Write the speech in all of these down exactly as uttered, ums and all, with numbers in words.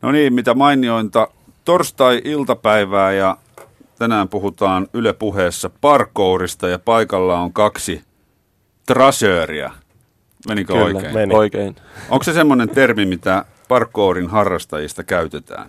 No niin, mitä mainiointa. Torstai-iltapäivää ja tänään puhutaan Yle Puheessa parkourista ja paikalla on kaksi trasööriä. Menikö Kyllä, oikein? meni. Oikein. Onko se semmoinen termi, mitä parkourin harrastajista käytetään?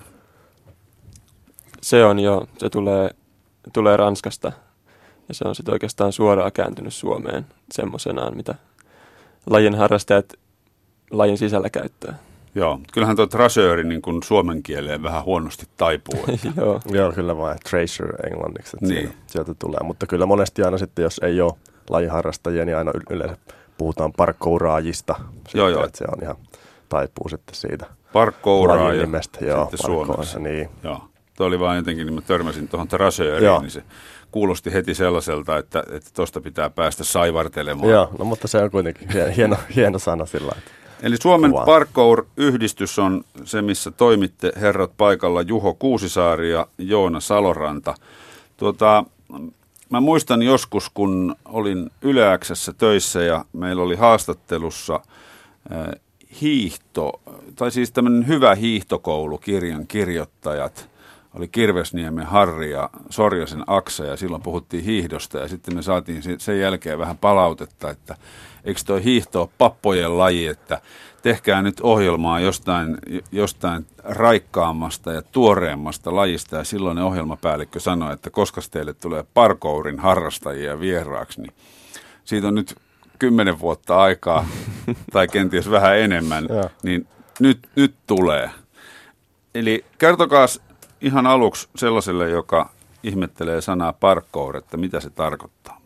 Se on jo, se tulee, tulee Ranskasta ja se on sitten oikeastaan suoraan kääntynyt Suomeen semmoisenaan, mitä lajin harrastajat lajin sisällä käyttää. Joo, kyllähän tuo trasööri niin kuin suomen kieleen vähän huonosti taipuu. Joo. Joo, kyllä vain tracer englanniksi, että niin. sieltä tulee. Mutta kyllä monesti aina sitten, jos ei ole lajiharrastajia, niin aina yleensä puhutaan parkouraajista. Sitten, joo, joo. Että se on ihan, taipuu sitten siitä Parkouraaja nimestä. Joo, sitten Suomessa. Niin. Joo. Tuo oli vaan jotenkin, niin mä törmäsin tuohon trasööriin, joo. Niin se kuulosti heti sellaiselta, että tuosta että pitää päästä saivartelemaan. Joo, no mutta se on kuitenkin hieno, hieno sana sillä lailla. Eli Suomen Parkour-yhdistys on se, missä toimitte herrat paikalla Juho Kuusisaari ja Joona Saloranta. Tuota, mä muistan joskus, kun olin Yle X:ssä töissä ja meillä oli haastattelussa äh, hiihto, tai siis tämmöinen hyvä hiihtokoulu, kirjan kirjoittajat. Oli Kirvesniemen Harri ja Sorjasen Aksa ja silloin puhuttiin hiihdosta ja sitten me saatiin sen jälkeen vähän palautetta, että eikö toi hiihto ole pappojen laji, että tehkää nyt ohjelmaa jostain, jostain raikkaammasta ja tuoreemmasta lajista ja silloin ohjelmapäällikkö sanoi, että koska teille tulee parkourin harrastajia vieraaksi, niin siitä on nyt kymmenen vuotta aikaa tai kenties vähän enemmän, niin nyt, nyt tulee. Eli kertokaas ihan aluksi sellaiselle, joka ihmettelee sanaa parkour, että mitä se tarkoittaa?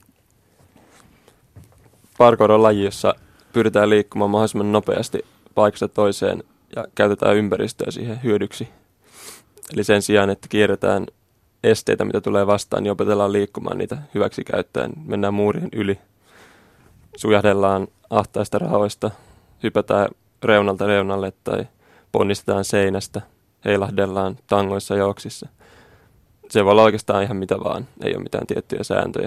Parkour on laji, jossa pyritään liikkumaan mahdollisimman nopeasti paikasta toiseen ja käytetään ympäristöä siihen hyödyksi. Eli sen sijaan, että kierretään esteitä, mitä tulee vastaan, niin opetellaan liikkumaan niitä hyväksi käyttäen. Mennään muurien yli, sujahdellaan ahtaista rahoista, hypätään reunalta reunalle tai ponnistetaan seinästä. Heilahdellaan tangoissa ja oksissa. Se voi olla oikeastaan ihan mitä vaan. Ei ole mitään tiettyjä sääntöjä.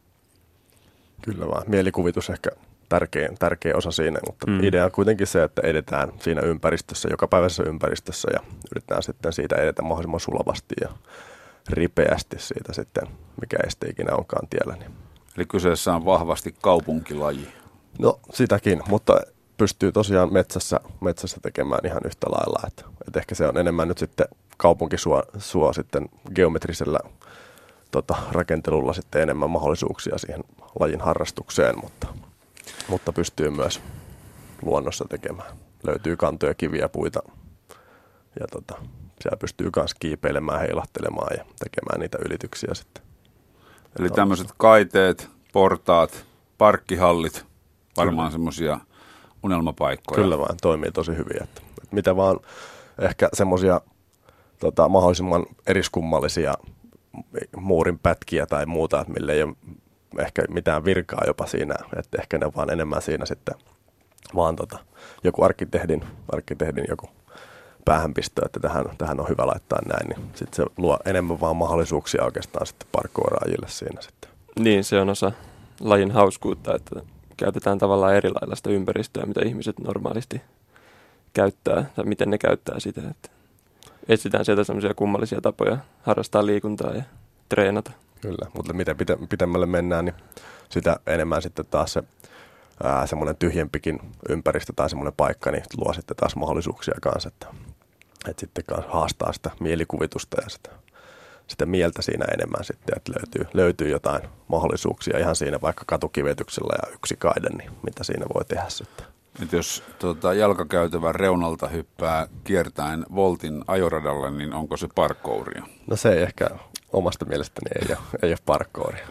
Kyllä vaan. Mielikuvitus ehkä tärkein, tärkein osa siinä, mutta mm. idea on kuitenkin se, että edetään siinä ympäristössä, jokapäiväisessä ympäristössä ja yritetään sitten siitä edetä mahdollisimman sulavasti ja ripeästi siitä sitten, mikä este ikinä onkaan tiellä. Niin. Eli kyseessä on vahvasti kaupunkilaji. No sitäkin, mutta pystyy tosiaan metsässä, metsässä tekemään ihan yhtä lailla. Että, että ehkä se on enemmän nyt sitten kaupunki suo, suo sitten geometrisellä tota, rakentelulla sitten enemmän mahdollisuuksia siihen lajin harrastukseen, mutta, mutta pystyy myös luonnossa tekemään. Löytyy kantoja, kiviä, puita ja tota, siellä pystyy myös kiipeilemään, heilahtelemaan ja tekemään niitä ylityksiä sitten. Eli tämmöiset kaiteet, portaat, parkkihallit, varmaan semmoisia unelmapaikkoja. Kyllä vaan, toimii tosi hyvin. Että, että mitä vaan ehkä semmoisia tota, mahdollisimman eriskummallisia muurin pätkiä tai muuta, että millä ei ole ehkä mitään virkaa jopa siinä, että ehkä ne vaan enemmän siinä sitten vaan tota, joku arkkitehdin, arkkitehdin joku päähänpistö, että tähän, tähän on hyvä laittaa näin, niin sitten se luo enemmän vaan mahdollisuuksia oikeastaan sitten parkouraajille siinä sitten. Niin, se on osa lajin hauskuutta, että käytetään tavallaan erilaista ympäristöä, mitä ihmiset normaalisti käyttää, tai miten ne käyttää sitä. Että etsitään sieltä semmoisia kummallisia tapoja harrastaa liikuntaa ja treenata. Kyllä, mutta mitä pitemmälle mennään, niin sitä enemmän sitten taas se ää, semmoinen tyhjempikin ympäristö tai semmoinen paikka, niin luo sitten taas mahdollisuuksia kanssa, että, että sitten kanssa haastaa sitä mielikuvitusta ja sitä, sitä mieltä siinä enemmän sitten, että löytyy, löytyy jotain mahdollisuuksia ihan siinä vaikka katukivetyksellä ja yksi kaide, niin mitä siinä voi tehdä sitten. Et jos tuota, jalkakäytävän reunalta hyppää kiertäen voltin ajoradalla, niin onko se parkouria? No se ei ehkä omasta mielestäni ei ole, ei ole parkouria.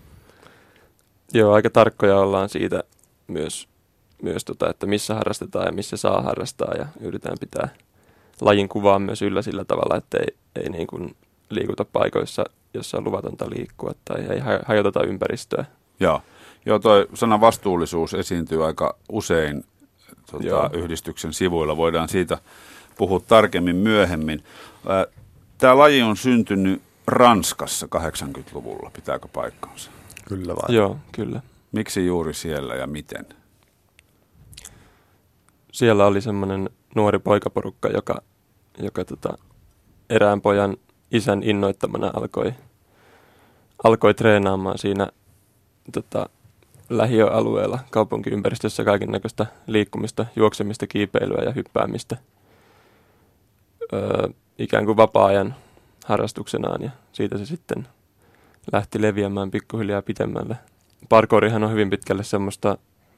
Joo, aika tarkkoja ollaan siitä myös, myös tota, että missä harrastetaan ja missä saa harrastaa ja yritetään pitää lajin kuvaa myös yllä sillä tavalla, että ei, ei niin kuin liikuta paikoissa, jossa on luvatonta liikkua tai ei hajoteta ympäristöä. Joo, Joo toi sana vastuullisuus esiintyy aika usein tota, yhdistyksen sivuilla. Voidaan siitä puhua tarkemmin myöhemmin. Tämä laji on syntynyt Ranskassa kahdeksankymmentäluvulla, pitääkö paikkaansa? Kyllä vai? Joo, kyllä. Miksi juuri siellä ja miten? Siellä oli semmoinen nuori poikaporukka, joka joka tota, erään pojan isän innoittamana alkoi, alkoi treenaamaan siinä tota, lähiöalueella kaupunkiympäristössä kaikennäköistä liikkumista, juoksemista, kiipeilyä ja hyppäämistä öö, ikään kuin vapaa-ajan harrastuksenaan, ja siitä se sitten lähti leviämään pikkuhiljaa pitemmälle. Parkourihan on hyvin pitkälle semmoista,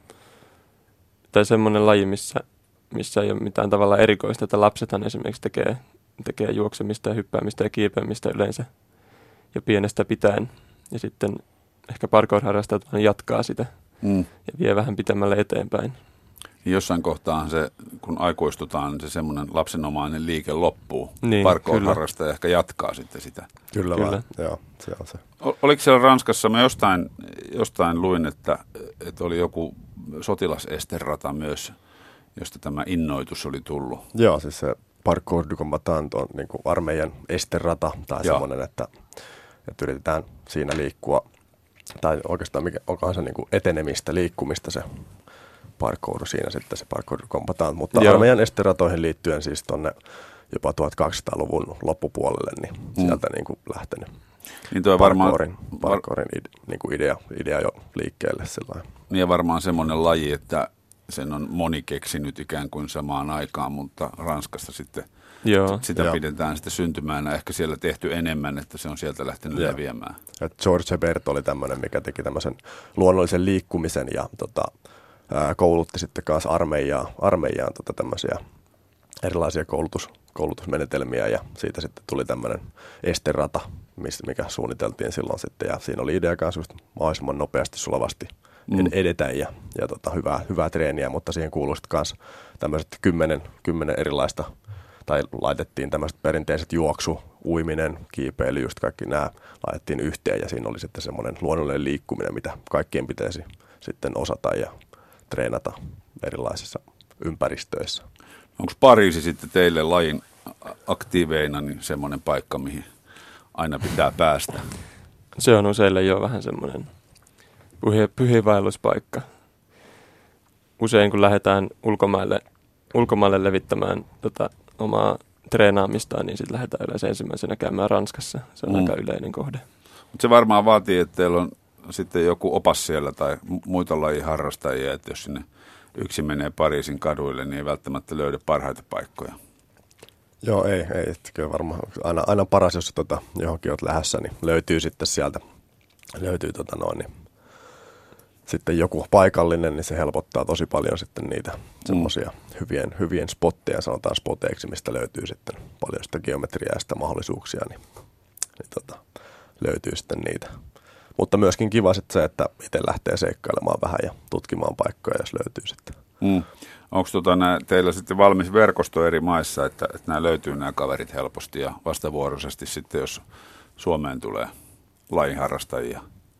tai semmoinen laji, missä, missä ei ole mitään tavalla erikoista, että lapsethan esimerkiksi tekee, tekee juoksemista ja hyppäämistä ja kiipeämistä yleensä jo pienestä pitäen, ja sitten ehkä parkour-harrastajat jatkaa sitä mm. ja vie vähän pitemmälle eteenpäin. Jossain kohtaan se, kun aikuistutaan, niin se semmoinen lapsenomainen liike loppuu. Niin, parkour-harrastaja ehkä jatkaa sitten sitä. Kyllä, kyllä. Vaan. Joo, se on se. Oliko siellä Ranskassa, mä jostain, jostain luin, että, että oli joku sotilasesterata myös, josta tämä innoitus oli tullut? Joo, siis se parcours du combattant on niin kuin armeijan esterata tai Joo. semmoinen, että, että yritetään siinä liikkua. Tai oikeastaan mikä, onkohan se niin kuin etenemistä, liikkumista se parkour siinä sitten, se parcours du combattant. Mutta Joo. armeijan esteratoihin liittyen siis tuonne jopa tuhatkaksisataaluvun loppupuolelle, niin mm. sieltä niin kuin lähtenyt niin parkourin, parkourin ide, niin kuin idea, idea jo liikkeelle. Sellainen. Niin ja varmaan semmoinen laji, että sen on moni keksinyt ikään kuin samaan aikaan, mutta Ranskassa sitten Joo. sitä Joo. pidetään sitten syntymäänä. Ehkä siellä tehty enemmän, että se on sieltä lähtenyt Joo. leviämään. Et George Hebert oli tämmöinen, mikä teki tämmöisen luonnollisen liikkumisen ja tota, ää, koulutti sitten kanssa armeijaa, armeijaan tota, tämmöisiä erilaisia koulutus, koulutusmenetelmiä ja siitä sitten tuli tämmöinen esterata, mikä suunniteltiin silloin sitten ja siinä oli idea kanssa just mahdollisimman nopeasti sulavasti mm. edetä ja, ja tota, hyvää, hyvää treeniä, mutta siihen kuului sitten kanssa tämmöiset kymmenen, kymmenen erilaista tai laitettiin tämmöiset perinteiset juoksu, uiminen, kiipeily, just kaikki nämä laitettiin yhteen ja siinä oli sitten semmoinen luonnollinen liikkuminen, mitä kaikkien pitäisi sitten osata ja treenata erilaisissa ympäristöissä. Onko Pariisi sitten teille lajin aktiiveina niin semmoinen paikka, mihin aina pitää päästä? Se on useille jo vähän semmoinen pyhiinvaelluspaikka. Usein kun lähdetään ulkomaille, ulkomaille levittämään tota, omaa treenaamistaan, niin sitten lähdetään yleensä ensimmäisenä käymään Ranskassa. Se on mm. aika yleinen kohde. Mutta se varmaan vaatii, että teillä on sitten joku opas siellä tai muita lajiharrastajia, että jos sinne yksi menee Pariisin kaduille, niin ei välttämättä löydä parhaita paikkoja. Joo, ei. ei kyllä varmaan aina, aina paras, jos tota, johonkin olet lähdössä, niin löytyy sitten sieltä, löytyy tota noin, niin sitten joku paikallinen, niin se helpottaa tosi paljon sitten niitä mm. semmoisia hyvien, hyvien spotteja, sanotaan spoteiksi, mistä löytyy sitten paljon sitä geometriaa ja sitä mahdollisuuksia, niin, niin tota, löytyy sitten niitä. Mutta myöskin kiva sitten se, että itse lähtee seikkailemaan vähän ja tutkimaan paikkoja, jos löytyy sitten. Mm. Onko tota nää, teillä sitten valmis verkosto eri maissa, että, että nämä löytyy nämä kaverit helposti ja vastavuoroisesti sitten, jos Suomeen tulee lajinharrastajia?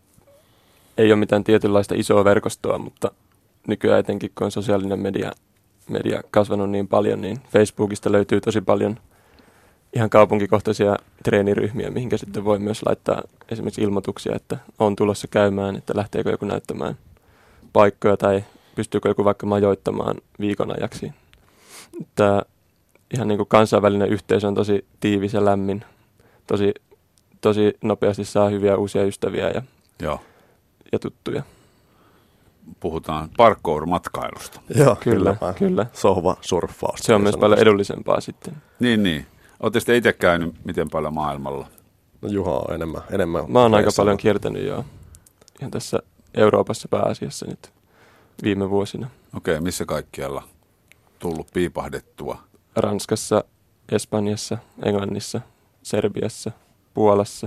Ei ole mitään tietynlaista isoa verkostoa, mutta nykyään etenkin kun on sosiaalinen media, media kasvanut niin paljon, niin Facebookista löytyy tosi paljon ihan kaupunkikohtaisia treeniryhmiä, mihinkä sitten voi myös laittaa esimerkiksi ilmoituksia, että on tulossa käymään, että lähteekö joku näyttämään paikkoja tai pystyykö joku vaikka majoittamaan viikon ajaksi. Tämä ihan niin kuin kansainvälinen yhteisö on tosi tiivis ja lämmin, tosi, tosi nopeasti saa hyviä uusia ystäviä ja, Joo. ja tuttuja. Puhutaan parkour-matkailusta. Joo, kyllä, kyllä. kyllä. Sohva surffaus. Se on myös paljon edullisempaa sitten. Niin, niin. Oletteko sitten itse käynyt miten paljon maailmalla? No Juha on enemmän. enemmän Mä oon aika paljon kiertänyt jo ihan tässä Euroopassa pääasiassa nyt viime vuosina. Okei, missä kaikkialla tullut piipahdettua? Ranskassa, Espanjassa, Englannissa, Serbiassa, Puolassa,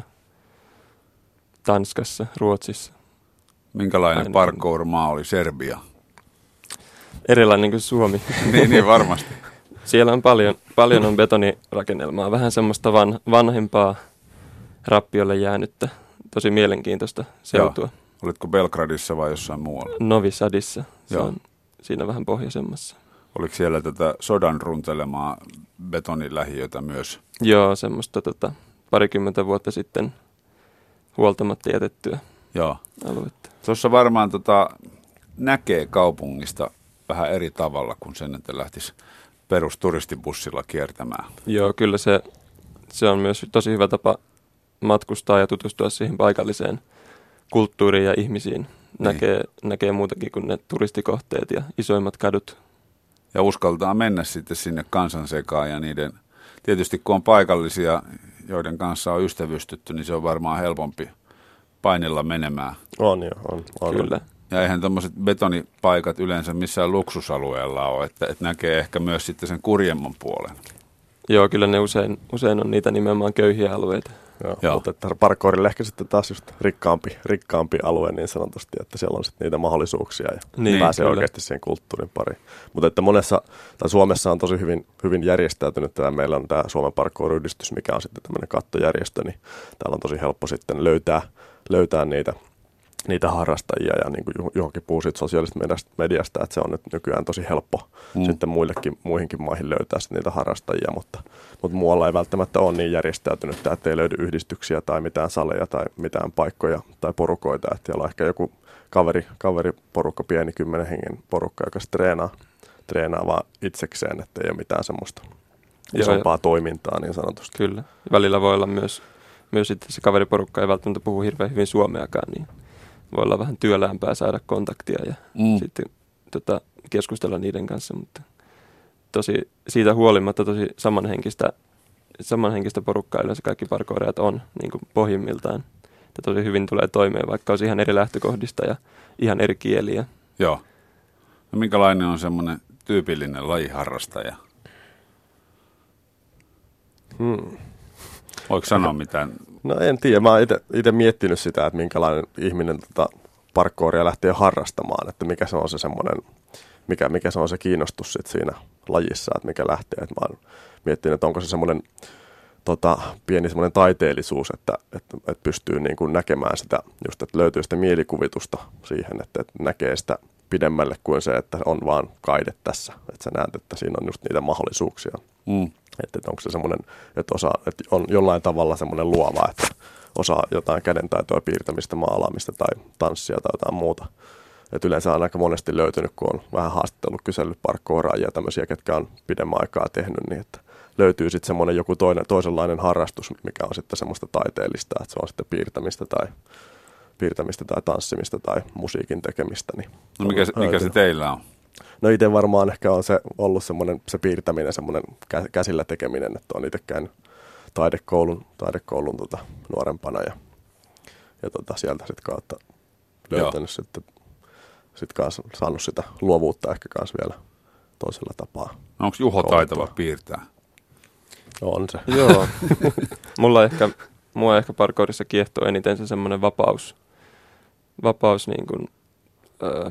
Tanskassa, Ruotsissa. Minkälainen Aina parkour-maa oli Serbia? Erilainen kuin Suomi. niin, niin, varmasti. Siellä on paljon, paljon on betonirakennelmaa, vähän semmoista van, vanhempaa rappiolle jäänyttä, tosi mielenkiintoista seutua. Joo. Olitko Belgradissa vai jossain muualla? Novi Sadissa, se Joo. on siinä vähän pohjoisemmassa. Oliko siellä tätä sodan runtelemaa betonilähiötä myös? Joo, semmoista tota, parikymmentä vuotta sitten huoltamatta jätettyä Joo. aluetta. Tuossa varmaan tota, näkee kaupungista vähän eri tavalla kuin sen, että lähtisi perusturistibussilla kiertämään. Joo, kyllä se, se on myös tosi hyvä tapa matkustaa ja tutustua siihen paikalliseen kulttuuriin ja ihmisiin. Näkee, näkee muutakin kuin ne turistikohteet ja isoimmat kadut. Ja uskaltaa mennä sitten sinne kansan sekaan ja niiden, tietysti kun on paikallisia, joiden kanssa on ystävystytty, niin se on varmaan helpompi painilla menemään. On jo, on. on. Kyllä. Ja eihän tuommoiset betonipaikat yleensä missään luksusalueella ole, että, että näkee ehkä myös sitten sen kurjemman puolen. Joo, kyllä ne usein, usein on niitä nimenomaan köyhiä alueita. Joo, Joo. Mutta että parkourille ehkä sitten taas just rikkaampi, rikkaampi alue niin sanotusti, että siellä on sitten niitä mahdollisuuksia ja niin, pääsee kyllä. oikeasti siihen kulttuurin pariin. Mutta että monessa, tai Suomessa on tosi hyvin, hyvin järjestäytynyt tämä, meillä on tämä Suomen parkour-yhdistys, mikä on sitten tämmöinen kattojärjestö, niin täällä on tosi helppo sitten löytää, löytää niitä, niitä harrastajia ja niin kuin johonkin puhuu siitä sosiaalisesta mediasta, että se on nyt nykyään tosi helppo mm. sitten muillekin, muihinkin maihin löytää niitä harrastajia, mutta, mutta muualla ei välttämättä ole niin järjestäytynyt, että ei löydy yhdistyksiä tai mitään saleja tai mitään paikkoja tai porukoita, että siellä on ehkä joku kaveri, kaveriporukka, pieni kymmenen hengen porukka, joka se treenaa, treenaa vaan itsekseen, että ei ole mitään semmoista isompaa Joo, toimintaa niin sanotusti. Kyllä, välillä voi olla myös, myös sitten se kaveriporukka ei välttämättä puhu hirveän hyvin suomeakaan, niin voi olla vähän työläämpää saada kontaktia ja mm. sitten tota, keskustella niiden kanssa, mutta tosi, siitä huolimatta tosi samanhenkistä, samanhenkistä porukkaa yleensä kaikki parkourijat on niin kuin pohjimmiltaan. Että tosi hyvin tulee toimeen, vaikka olisi ihan eri lähtökohdista ja ihan eri kieliä. Joo. No minkälainen on semmoinen tyypillinen lajiharrastaja? Hmm. Voiko sanoa mitään? No en tiedä. Mä oon itse miettinyt sitä, että minkälainen ihminen tota parkouria lähtee harrastamaan, että mikä se on se semmoinen, mikä, mikä se on se kiinnostus sit siinä lajissa, että mikä lähtee. Et mä oon miettinyt, että onko se semmoinen tota, pieni semmoinen taiteellisuus, että, että, että pystyy niin kuin näkemään sitä, just, että löytyy sitä mielikuvitusta siihen, että, että näkee sitä pidemmälle kuin se, että on vaan kaide tässä. Että sä näet, että siinä on just niitä mahdollisuuksia. Mm. Että, että onko se semmoinen, että, osa, että on jollain tavalla semmoinen luova, että osaa jotain kädentaitoa, piirtämistä, maalaamista tai tanssia tai jotain muuta. Että yleensä on aika monesti löytynyt, kun on vähän haastattellut, kysellyt parkouраajia ja tämmöisiä, ketkä on pidemmän aikaa tehnyt, niin että löytyy sitten semmoinen joku toinen, toisenlainen harrastus, mikä on sitten semmoista taiteellista, että se on sitten piirtämistä tai, piirtämistä tai tanssimista tai musiikin tekemistä. Niin no mikä se, mikä se teillä on? No itse varmaan ehkä on se ollut semmoinen se piirtäminen, semmoinen käsillä tekeminen, että on itse käynyt taidekoulun, taidekoulun tota, nuorempana ja, ja tota, sieltä sitten kautta löytänyt sitten, sit kanssa saanut sitä luovuutta ehkä kanssa vielä toisella tapaa. No onko Juho taitava piirtää? On se. Joo. Mulla ehkä, mua ehkä parkourissa kiehtoo eniten se semmoinen vapaus, vapaus niin kuin, öö,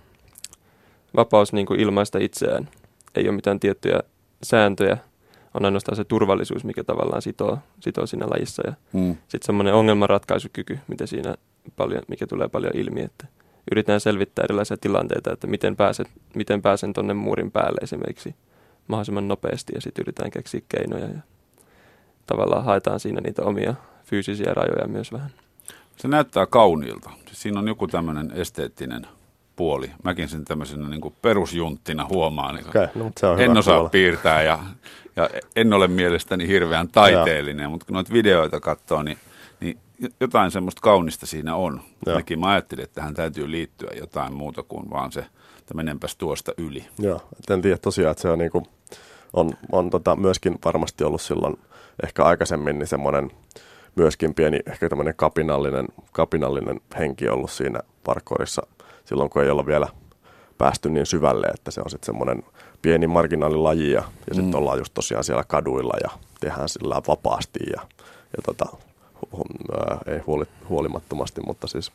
vapaus niin kuin ilmaista itseään. Ei ole mitään tiettyjä sääntöjä. On ainoastaan se turvallisuus, mikä tavallaan sitoo, sitoo siinä lajissa. Ja mm. sitten semmoinen ongelmanratkaisukyky, mitä siinä paljon, mikä tulee paljon ilmi. Että yritetään selvittää erilaisia tilanteita, että miten, pääset, miten pääsen tuonne muurin päälle esimerkiksi mahdollisimman nopeasti. Ja sitten yritetään keksiä keinoja. Ja tavallaan haetaan siinä niitä omia fyysisiä rajoja myös vähän. Se näyttää kauniilta. Siinä on joku tämmöinen esteettinen puoli. Mäkin sen tämmöisenä niin kuin perusjunttina huomaan. Niin okay, no, se on en hyvä osaa kuulla. Piirtää ja, ja en ole mielestäni hirveän taiteellinen, mutta kun noita videoita katsoo, niin, niin jotain semmoista kaunista siinä on. Nekin mä ajattelin, että tähän täytyy liittyä jotain muuta kuin vaan se, että menenpäs tuosta yli. Joo, en tiedä tosiaan, että se on, niin kuin, on, on tota myöskin varmasti ollut silloin ehkä aikaisemmin niin semmoinen myöskin pieni, ehkä tämmöinen kapinallinen, kapinallinen henki ollut siinä parkourissa silloin, kun ei olla vielä päästy niin syvälle, että se on sitten semmoinen pieni marginaalilaji ja, ja sitten mm. ollaan just tosiaan siellä kaduilla ja tehdään sillä vapaasti ja, ja tota, hu, ää, ei huoli, huolimattomasti, mutta siis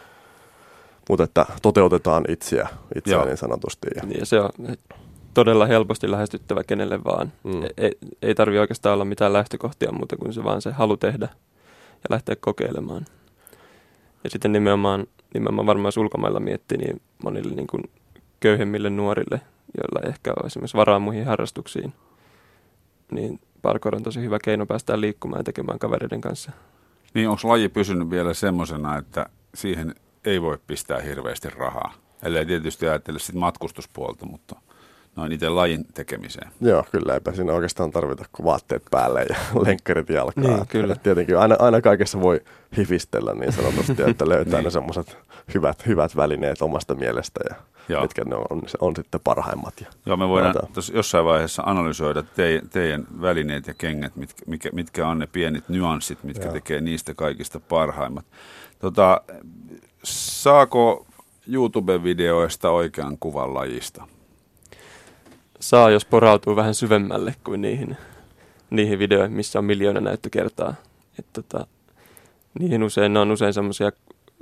mutta että toteutetaan itseä, itseä niin sanotusti. Ja. Niin, se on todella helposti lähestyttävä kenelle vaan. Mm. Ei, ei tarvitse oikeastaan olla mitään lähtökohtia muuta kuin se vaan se halu tehdä ja lähteä kokeilemaan. Ja sitten nimenomaan, nimenomaan varmaan jos ulkomailla miettii, niin monille niin kuin köyhemmille nuorille, joilla ei ehkä ole esimerkiksi varaa muihin harrastuksiin, niin parkour on tosi hyvä keino päästään liikkumaan ja tekemään kavereiden kanssa. Niin onko laji pysynyt vielä semmoisena, että siihen ei voi pistää hirveästi rahaa? Ellei tietysti ajattele sit matkustuspuolta, mutta noin itse lajin tekemiseen. Joo, kyllä eipä siinä oikeastaan tarvita kuin vaatteet päälle ja lenkkarit jalkaan. Niin, kyllä. Et tietenkin aina, aina kaikessa voi hifistellä niin sanotusti, että löytää niin. ne semmoiset hyvät, hyvät välineet omasta mielestä ja Joo. mitkä ne on, on sitten parhaimmat. Ja Joo, me voidaan tuossa jossain vaiheessa analysoida te, teidän välineet ja kengät, mitkä, mitkä, mitkä on ne pienet nyanssit, mitkä Joo. tekee niistä kaikista parhaimmat. Tota, saako YouTube-videoista oikean kuvan lajista? Saa, jos porautuu vähän syvemmälle kuin niihin, niihin videoihin, missä on miljoona näyttökertaa. Et tota, niihin usein, ne on usein semmoisia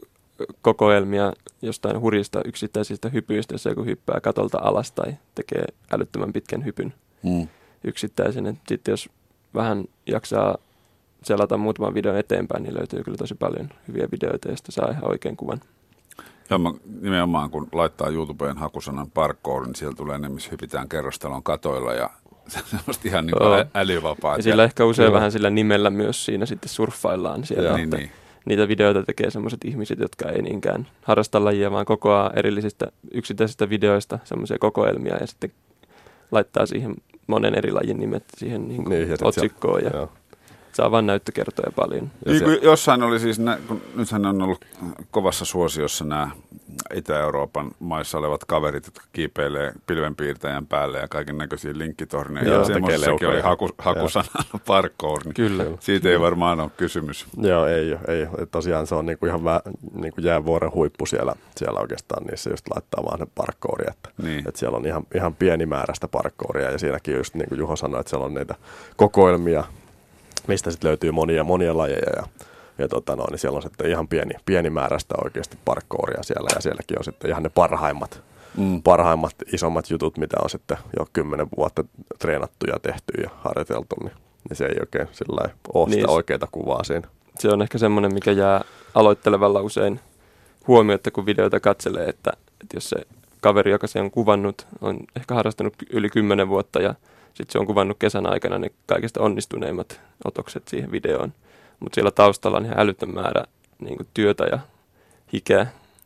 kokoelmia jostain hurjista yksittäisistä hypyistä, jos joku hyppää katolta alas tai tekee älyttömän pitkän hypyn mm. yksittäisen. Et sitten jos vähän jaksaa selata muutaman videon eteenpäin, niin löytyy kyllä tosi paljon hyviä videoita, joista saa ihan oikein kuvan. Joo, mä, nimenomaan kun laittaa YouTubeen hakusanan parkour, niin siellä tulee ne, missä hypitään kerrostalon katoilla ja semmoista ihan niin kuin älyvapaat. Ja sillä ehkä usein vähän sillä nimellä myös siinä sitten surffaillaan siellä. Niin, niin. Niitä videoita tekee semmoiset ihmiset, jotka ei niinkään harrasta lajia, vaan kokoaa erillisistä yksittäisistä videoista semmoisia kokoelmia ja sitten laittaa siihen monen eri lajin nimet siihen niin niin, otsikkoon ja, ja saa vaan näyttökertoja paljon. Niin kuin jossain oli siis, nä, kun nythän on ollut kovassa suosiossa nämä Itä-Euroopan maissa olevat kaverit, jotka kiipeilee pilvenpiirtäjän päälle ja kaiken näköisiä linkkitorneja. Ja semmoisessakin oli haku, hakusanalla parkour, niin Kyllä. siitä ei varmaan ole kysymys. Joo, ei ole. Ei. Tosiaan se on niinku ihan vä, niinku jäävuoren huippu siellä, siellä oikeastaan niissä just laittaa vaan ne parkouria. Että, niin. että siellä on ihan, ihan pieni määrä sitä parkouria ja siinäkin just niin kuin Juho sanoi, että siellä on niitä kokoelmia, mistä sitten löytyy monia, monia lajeja ja, ja tota no, niin siellä on sitten ihan pieni, pieni määrä sitä oikeasti parkouria siellä ja sielläkin on sitten ihan ne parhaimmat, mm. parhaimmat isommat jutut, mitä on sitten jo kymmenen vuotta treenattu ja tehty ja harjoiteltu, niin, niin se ei oikein sillä ole sitä niin, oikeaa kuvaa siinä. Se on ehkä semmoinen, mikä jää aloittelevalla usein huomiota, kun videoita katselee, että, että jos se kaveri, joka se on kuvannut, on ehkä harrastanut yli kymmenen vuotta ja sitten se on kuvannut kesän aikana ne kaikista onnistuneimmat otokset siihen videoon. Mutta siellä taustalla on ihan älytön määrä niin kuin työtä ja hikeä.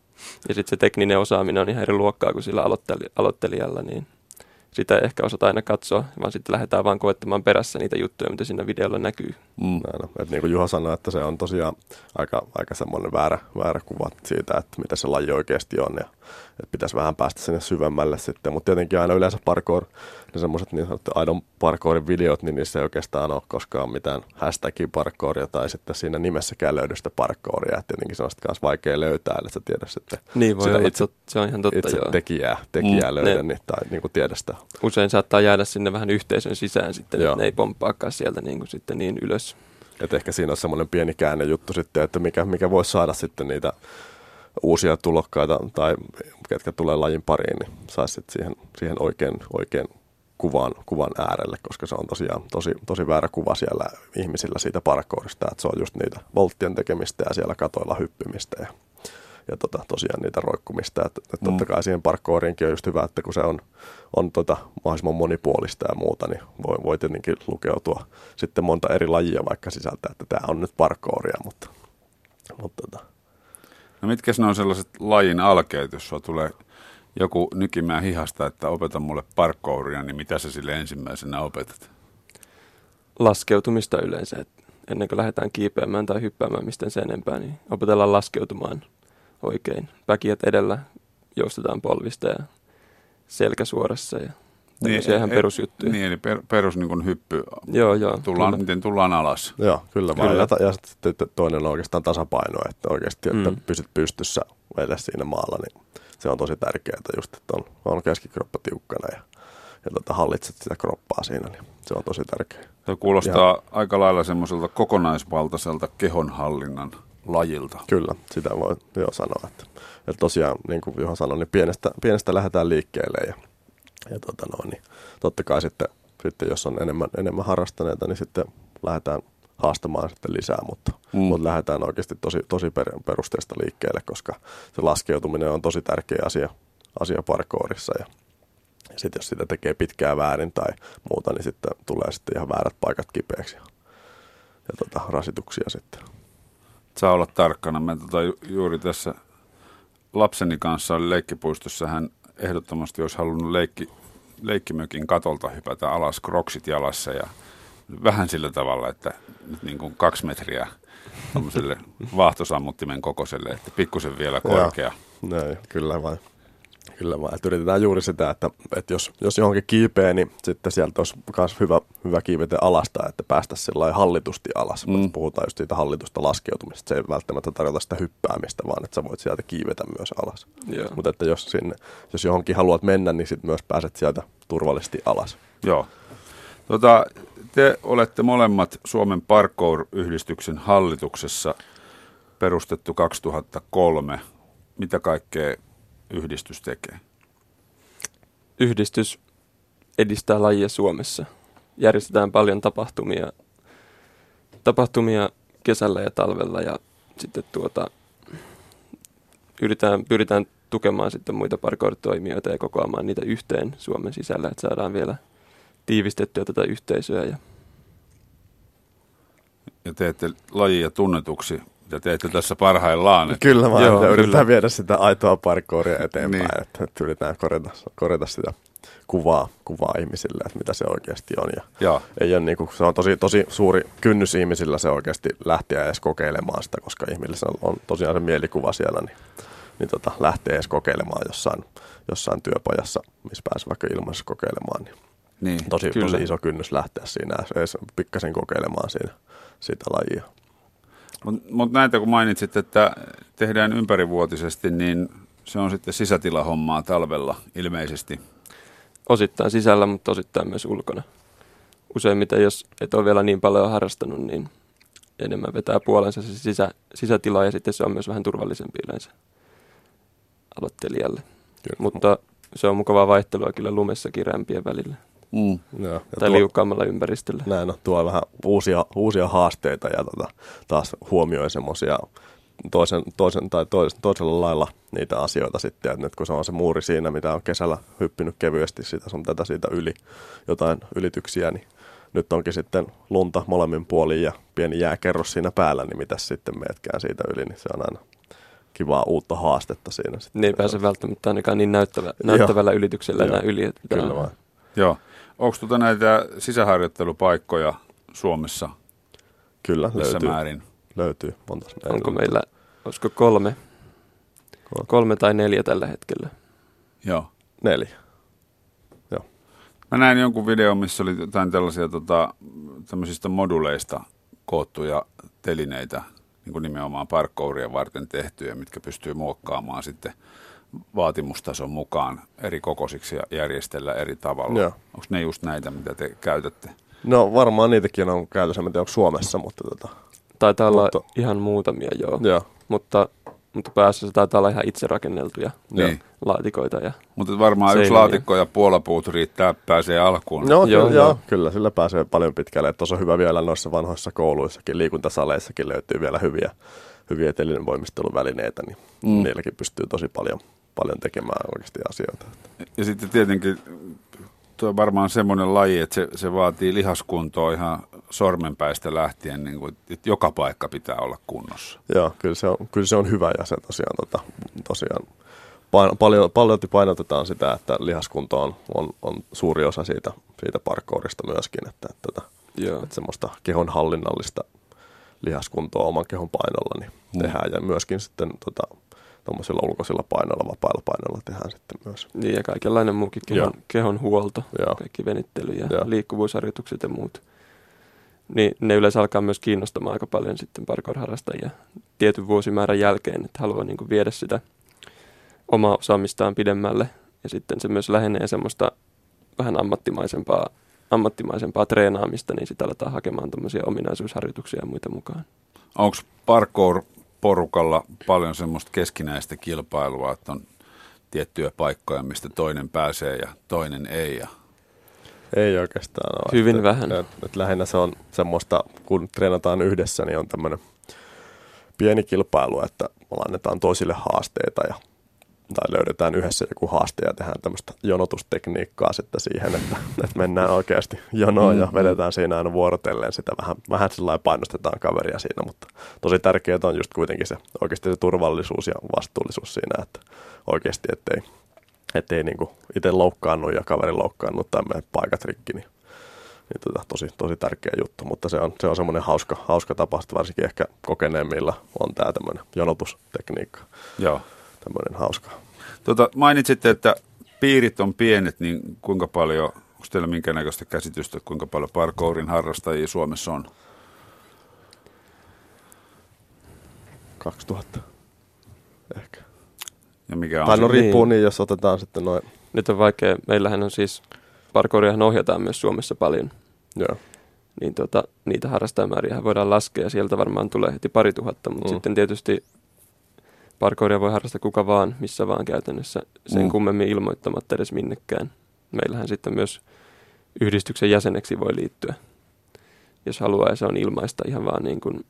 Ja sitten se tekninen osaaminen on ihan eri luokkaa kuin sillä aloitteli- aloittelijalla. Niin sitä ei ehkä osata aina katsoa, vaan sitten lähdetään vaan koettamaan perässä niitä juttuja, mitä siinä videolla näkyy. Mm. No, että niin kuin Juha sanoi, että se on tosiaan aika, aika semmoinen väärä, väärä kuva siitä, että mitä se laji oikeasti on. Ja että pitäisi vähän päästä sinne syvemmälle sitten. Mutta tietenkin aina yleensä parkour, ne semmoiset niin sanottu aidon parkourin videot, niin niissä ei oikeastaan ole koskaan mitään hashtagin parkouria tai sitten siinä nimessäkään löydy sitä parkouria. Että tietenkin se on sitten myös vaikea löytää, että sä tiedä sitten niin voi sitä olla, itse, se on ihan totta, itse joo. tekijää, tekijää mm, löydä niin, tai niin kuin tiedä sitä. Usein saattaa jäädä sinne vähän yhteisön sisään sitten, että ne ei pomppaakaan sieltä niin, kuin sitten niin ylös. Että ehkä siinä on semmoinen pieni käännejuttu sitten, että mikä, mikä voisi saada sitten niitä uusia tulokkaita tai ketkä tulee lajin pariin, niin saisi sitten siihen, siihen oikein, oikein kuvan, kuvan äärelle, koska se on tosiaan tosi, tosi väärä kuva siellä ihmisillä siitä parkourista, että se on just niitä volttien tekemistä ja siellä katoilla hyppymistä ja, ja tota, tosiaan niitä roikkumista. Että, että totta kai siihen parkouriinkin on just hyvä, että kun se on, on tota, mahdollisimman monipuolista ja muuta, niin voi, voi tietenkin lukeutua sitten monta eri lajia vaikka sisältä, että tämä on nyt parkouria, mutta, mutta tota. No mitkä ne on sellaiset lajin alkeet, jos sulla tulee joku nykimään hihasta, että opeta mulle parkouria, niin mitä sä sille ensimmäisenä opetat? Laskeutumista yleensä. Et ennen kuin lähdetään kiipeämään tai hyppäämään mistään sen enempää, niin opetellaan laskeutumaan oikein. Päkiät edellä, joustetaan polvista ja selkä suorassa ja tämmöisiä niin, ihan perusjuttuja. Niin, eli per, perus niin kuin hyppy. Joo, joo. Tullaan, miten tullaan alas. Joo, kyllä, kyllä. vaan. Ja, ja sitten toinen on oikeastaan tasapaino, että oikeasti, että mm. pysyt pystyssä edes siinä maalla, niin se on tosi tärkeää just, että on, on keskikroppa tiukkana ja, ja tota, hallitset sitä kroppaa siinä, niin se on tosi tärkeää. Se kuulostaa ja aika lailla semmoiselta kokonaisvaltaiselta kehonhallinnan lajilta. Kyllä, sitä voi jo sanoa. Että, että tosiaan, niin kuin Juha sanoi, niin pienestä, pienestä lähdetään liikkeelle ja, ja tota no, niin totta kai sitten, sitten jos on enemmän, enemmän harrastaneita, niin sitten lähdetään haastamaan sitten lisää, mutta, mm. mutta lähdetään oikeasti tosi, tosi per, perusteesta liikkeelle, koska se laskeutuminen on tosi tärkeä asia, asia parkourissa ja sitten jos sitä tekee pitkään väärin tai muuta, niin sitten tulee sitten ihan väärät paikat kipeäksi ja, ja tota, rasituksia sitten. Saa olla tarkkana. Mä tota, juuri tässä lapseni kanssa oli leikkipuistossa. Hän ehdottomasti olisi halunnut leikki, leikkimökin katolta hypätä alas kroksit jalassa ja vähän sillä tavalla, että nyt niin kuin kaksi metriä tuollaiselle vaahtosammuttimen kokoiselle, että pikkusen vielä korkea. Näin, kyllä vain. Kyllä vaan, että yritetään juuri sitä, että, että jos, jos johonkin kiipee, niin sitten sieltä olisi myös hyvä, hyvä kiivetä alasta, että päästä sillä hallitusti alas. Mm. Puhutaan just siitä hallitusta laskeutumista. Se ei välttämättä tarkoita sitä hyppäämistä, vaan että sä voit sieltä kiivetä myös alas. Yeah. Mutta että jos, sinne, jos johonkin haluat mennä, niin sitten myös pääset sieltä turvallisesti alas. Joo. Tota, te olette molemmat Suomen Parkour-yhdistyksen hallituksessa, perustettu kaksituhattakolme. Mitä kaikkea yhdistys tekee? Yhdistys edistää lajia Suomessa. Järjestetään paljon tapahtumia, tapahtumia kesällä ja talvella ja sitten tuota, yritetään, pyritään tukemaan sitten muita parkour-toimijoita ja kokoamaan niitä yhteen Suomen sisällä, että saadaan vielä tiivistettyä tätä yhteisöä. Ja, ja teette lajia tunnetuksi. Ja teette tässä parhaillaan. Että kyllä vaan, joo, yritetään viedä sitä aitoa parkouria eteenpäin, niin. että, että yritetään korjata, korjata sitä kuvaa, kuvaa ihmisille, että mitä se oikeasti on. Ja joo. Ei ole niin kuin, se on tosi, tosi suuri kynnys ihmisillä se oikeasti lähteä edes kokeilemaan sitä, koska ihmisillä on tosiaan se mielikuva siellä, niin, niin tota, lähtee edes kokeilemaan jossain, jossain työpajassa, missä pääsee vaikka ilmaisessa kokeilemaan. Niin niin, tosi, tosi iso kynnys lähteä siinä edes pikkasen kokeilemaan siinä, sitä lajia. Mutta mut näitä kun mainitsit, että tehdään ympärivuotisesti, niin se on sitten sisätilahommaa talvella ilmeisesti. Osittain sisällä, mutta osittain myös ulkona. Useimmiten, jos et ole vielä niin paljon harrastanut, niin enemmän vetää puolensa se sisä, sisätila ja sitten se on myös vähän turvallisempi yleensä aloittelijalle. Kyllä. Mutta se on mukavaa vaihtelua kyllä lumessakin rämpien välillä. Mm. Joo, tai tuo, liukkaammalla ympäristöllä. Näin on, tuo vähän uusia, uusia haasteita ja tota, taas huomioi semmoisia toisen, toisen tai tois, toisella lailla niitä asioita sitten. Et nyt kun se on se muuri siinä, mitä on kesällä hyppinyt kevyesti sitä sun tätä siitä yli jotain ylityksiä, niin nyt onkin sitten lunta molemmin puolin ja pieni jääkerros siinä päällä, niin mitäs sitten meetkään siitä yli, niin se on aina kivaa uutta haastetta siinä. Niin ei pääse välttämättä ainakaan niin näyttävä, näyttävällä ylityksellä enää yli. Että kyllä vaan. Joo. Onko tuota näitä sisäharjoittelupaikkoja Suomessa? Kyllä, missä löytyy. määrin? Löytyy. Montas meillä onko meillä, olisiko kolme? Kolme. Kolme tai neljä tällä hetkellä. Joo. Neljä. Joo. Mä näin jonkun videon, missä oli jotain tällaisia tota, tämmöisistä moduleista koottuja telineitä, niin kuin nimenomaan parkouria varten tehtyjä, mitkä pystyy muokkaamaan sitten vaatimustason mukaan eri kokoisiksi ja järjestellä eri tavalla. Onko ne just näitä, mitä te käytätte? No varmaan niitäkin on käytössä, en tiedä onko Suomessa, mutta tota. Taitaa olla mutta ihan muutamia, joo. joo. Mutta, mutta päässä se taitaa olla ihan itse rakenneltuja niin. laatikoita. Ja mutta varmaan yksi laatikko ja puolapuut riittää, pääsee alkuun. No, joo, kyllä, joo, kyllä, sillä pääsee paljon pitkälle. Tuossa on hyvä vielä noissa vanhoissa kouluissakin, liikuntasaleissakin löytyy vielä hyviä, hyviä telinevoimisteluvälineitä, niin mm. niilläkin pystyy tosi paljon, paljon tekemään oikeasti asioita. Ja sitten tietenkin tuo on varmaan semmoinen laji, että se, se vaatii lihaskuntoa ihan sormenpäistä lähtien, niin kuin, että joka paikka pitää olla kunnossa. Joo, kyllä se on, kyllä se on hyvä ja se tosiaan, tota, tosiaan paino, paljon, paljon painotetaan sitä, että lihaskunto on, on, on suuri osa siitä, siitä parkourista myöskin, että, että, että, että semmoista kehonhallinnallista lihaskuntoa oman kehon painolla niin mm. tehdään ja myöskin sitten tota, tuommoisilla ulkoisilla painoilla, vapailla painoilla tehdään sitten myös. Niin ja kaikenlainen muukin kehon, kehon huolto, Joo. kaikki venyttely ja Joo. liikkuvuusharjoitukset ja muut. Niin ne yleensä alkaa myös kiinnostamaan aika paljon sitten parkour-harrastajia tietyn vuosimäärän jälkeen, että haluaa niin kuin viedä sitä omaa osaamistaan pidemmälle. Ja sitten se myös lähenee semmoista vähän ammattimaisempaa, ammattimaisempaa treenaamista, niin sitä aletaan hakemaan tämmöisiä ominaisuusharjoituksia ja muita mukaan. Onko parkour-porukalla paljon semmoista keskinäistä kilpailua, että on tiettyjä paikkoja, mistä toinen pääsee ja toinen ei? Ja ei oikeastaan ole. Hyvin että, vähän. Että, että lähinnä se on semmoista, kun treenataan yhdessä, niin on tämmöinen pieni kilpailu, että annetaan toisille haasteita ja tai löydetään yhdessä joku haaste ja tehdään tämmöistä jonotustekniikkaa sitten siihen, että, että mennään oikeasti jonoon ja vedetään siinä aina vuorotellen sitä. Vähän, vähän sellainen painostetaan kaveria siinä, mutta tosi tärkeää on just kuitenkin se oikeasti se turvallisuus ja vastuullisuus siinä, että oikeasti ettei, ettei niinku itse loukkaannu ja kaveri loukkaannu tai mene paikat rikki, niin, niin tota, tosi, tosi tärkeä juttu. Mutta se on, se on semmoinen hauska, hauska tapa, varsinkin ehkä kokeneemmilla on tämä tämmöinen jonotustekniikka. Joo. Tämmöinen hauska. Tota, mainitsitte, että piirit on pienet, niin kuinka paljon, onko teillä minkä näköistä käsitystä, kuinka paljon parkourin harrastajia Suomessa on? kaksituhatta ehkä. Ja mikä on tai no se? riippuu niin, jos otetaan sitten noin. Nyt on vaikea, meillähän on siis, parkouriahan ohjataan myös Suomessa paljon. Joo. Niin tota, niitä harrastajamääriä voidaan laskea ja sieltä varmaan tulee heti pari tuhatta, mutta mm. sitten tietysti parkouria voi harrastaa kuka vaan, missä vaan käytännössä, sen mm. kummemmin ilmoittamatta edes minnekään. Meillähän sitten myös yhdistyksen jäseneksi voi liittyä, jos haluaa, ja se on ilmaista ihan vaan niin kuin,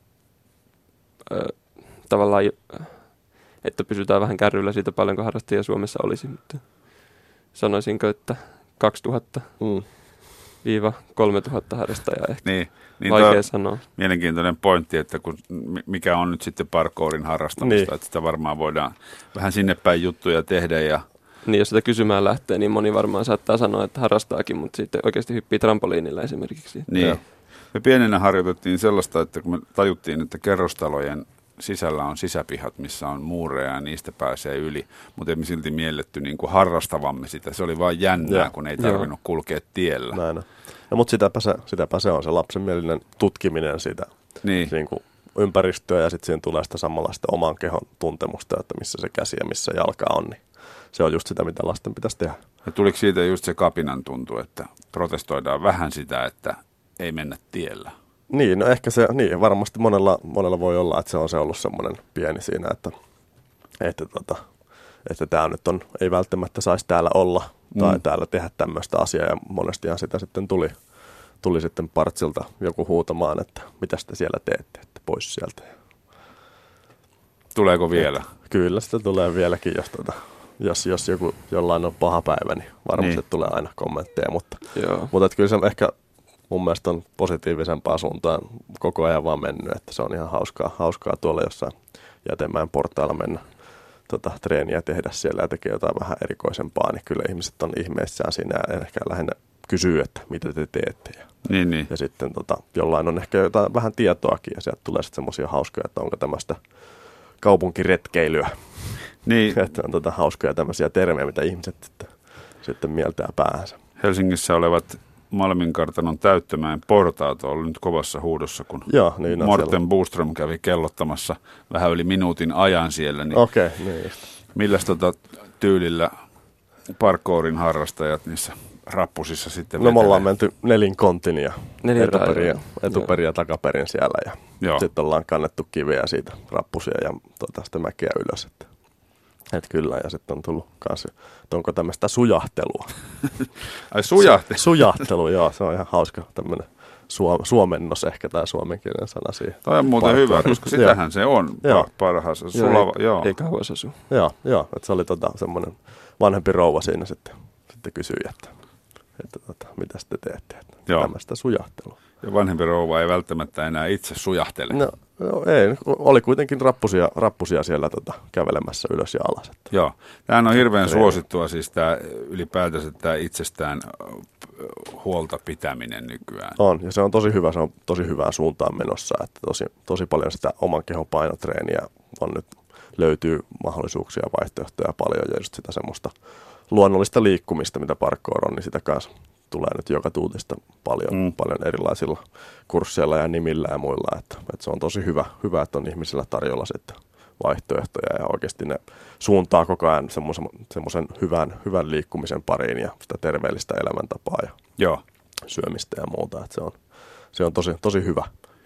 ö, tavallaan, että pysytään vähän kärryillä siitä paljonko harrastajia Suomessa olisi, mutta sanoisinko, että kaksituhatta mm. viiva kolmetuhatta harrastajaa ehkä. Niin, niin vaikea sanoa. Mielenkiintoinen pointti, että kun, mikä on nyt sitten parkourin harrastamista, niin. Että sitä varmaan voidaan vähän sinne päin juttuja tehdä. Ja niin, jos sitä kysymään lähtee, niin moni varmaan saattaa sanoa, että harrastaakin, mutta sitten oikeasti hyppii trampoliinilla esimerkiksi. Niin. Ja. Me pienenä harjoitettiin sellaista, että kun me tajuttiin, että kerrostalojen sisällä on sisäpihat, missä on muureja ja niistä pääsee yli, mutta emme silti mielletty niin kuin harrastavamme sitä. Se oli vain jännää, ja. kun ei tarvinnut Joo. kulkea tiellä. Näin on. No, mutta sitäpä se, sitäpä se on se lapsenmielinen tutkiminen siitä niin. niin kuin ympäristöä ja sitten siihen tulee sitä samanlaista oman kehon tuntemusta, että missä se käsi ja missä jalka on. Niin se on just sitä, mitä lasten pitäisi tehdä. Ja tuliko siitä just se kapinan tuntu, että protestoidaan vähän sitä, että ei mennä tiellä? Niin, no ehkä se, niin varmasti monella, monella voi olla, että se on se ollut semmoinen pieni siinä, että, että, tota, että tämä nyt on, ei välttämättä saisi täällä olla tai mm. täällä tehdä tämmöistä asiaa ja monestihan sitä sitten tuli, tuli sitten partsilta joku huutamaan, että mitä te siellä teette, että pois sieltä. Tuleeko vielä? Että, kyllä sitä tulee vieläkin, jos, tota, jos, jos joku, jollain on paha päivä, niin varmasti niin. tulee aina kommentteja, mutta, mutta että kyllä se ehkä mun mielestä on positiivisempaa suuntaan koko ajan vaan mennyt, että se on ihan hauskaa, hauskaa tuolla jossain Jätemäen portailla mennä tota, treeniä tehdä siellä ja tekee jotain vähän erikoisempaa, niin kyllä ihmiset on ihmeissään siinä ja ehkä lähinnä kysyy, että mitä te teette. Ja, niin, niin. ja sitten tota, jollain on ehkä jotain vähän tietoakin ja sieltä tulee sitten semmoisia hauskoja, että onko tämmöistä kaupunkiretkeilyä. Niin. Että on tota, hauskoja tämmöisiä termejä, mitä ihmiset sitten, sitten mieltää päänsä. Helsingissä olevat Malminkartanon Täyttömäen portaat on ollut nyt kovassa huudossa, kun Joo, niin Morten Boström kävi kellottamassa vähän yli minuutin ajan siellä. Niin Okei, niin just. Milläs tota tyylillä parkourin harrastajat niissä rappusissa sitten No vetelee? me ollaan menty nelinkontin ja etuperin ja, etuperi ja takaperin siellä ja sitten ollaan kannettu kiveä siitä rappusia ja tota, sitä mäkeä ylös. Että, et kyllä ja sitten on tullut kanssa, että onko tämmöistä sujahtelua. Ai sujahtelu? Sujahtelu, joo, se on ihan hauska tämmöinen suom- suomennos ehkä tai suomenkielinen sana siihen. Toi on muuten hyvä, koska sitähän se on par- parhaassa. Joo, ei, joo. ei kauas asu. Joo, joo, että se oli tota, semmoinen vanhempi rouva siinä sitten, sitten kysyi, että, että tota, mitä te teette, että tämmöistä sujahtelua. Ja vanhempi rouva ei välttämättä enää itse sujahtele. No, no ei, oli kuitenkin rappusia, rappusia siellä tota, kävelemässä ylös ja alas. Että. Joo, tämähän on hirveän Reino. suosittua siis tämä ylipäätänsä tämä itsestään huolta pitäminen nykyään. On, ja se on tosi hyvä, se on tosi hyvään suuntaan menossa, että tosi, tosi paljon sitä oman kehon painotreeniä on nyt, löytyy mahdollisuuksia, vaihtoehtoja paljon ja just sitä semmoista luonnollista liikkumista, mitä parkour on, niin sitä kanssa tulee nyt joka tuutista paljon, mm. paljon erilaisilla kursseilla ja nimillä ja muilla, että, että se on tosi hyvä, hyvä, että on ihmisillä tarjolla sitten vaihtoehtoja ja oikeasti ne suuntaa koko ajan semmoisen hyvän, hyvän liikkumisen pariin ja sitä terveellistä elämäntapaa ja Joo. syömistä ja muuta, että se on, se on tosi, tosi hyvä.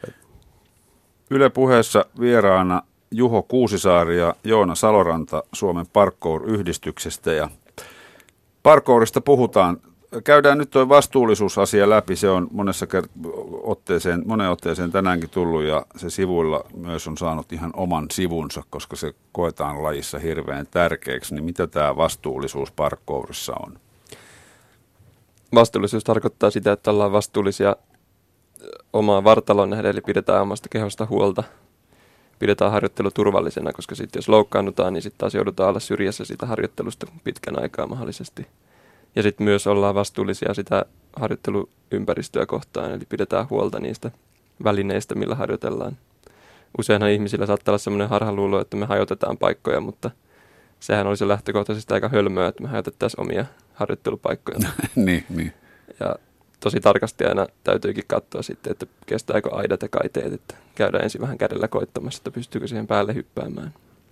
Yle Puheessa vieraana Juho Kuusisaari ja Joona Saloranta Suomen Parkour-yhdistyksestä ja parkourista puhutaan. Käydään nyt tuo vastuullisuusasia läpi. Se on monessa kert- otteeseen, moneen otteeseen tänäänkin tullut ja se sivuilla myös on saanut ihan oman sivunsa, koska se koetaan lajissa hirveän tärkeäksi. Niin mitä tämä vastuullisuus parkourissa on? Vastuullisuus tarkoittaa sitä, että ollaan vastuullisia omaa vartaloon nähden, eli pidetään omasta kehosta huolta. pidetään harjoittelu turvallisena, koska sitten jos loukkaannutaan, niin sitten taas joudutaan olla syrjässä siitä harjoittelusta pitkän aikaa mahdollisesti. Ja sitten myös ollaan vastuullisia sitä harjoitteluympäristöä kohtaan, eli pidetään huolta niistä välineistä, millä harjoitellaan. Useinhan ihmisillä saattaa olla sellainen harhaluulo, että me hajotetaan paikkoja, mutta sehän olisi lähtökohtaisesti aika hölmöä, että me hajotettaisiin omia harjoittelupaikkoja. niin, niin. Ja tosi tarkasti aina täytyykin katsoa sitten, että kestääkö aidat ja kaiteet, että käydään ensin vähän kädellä koittamassa, että pystyykö siihen päälle hyppäämään.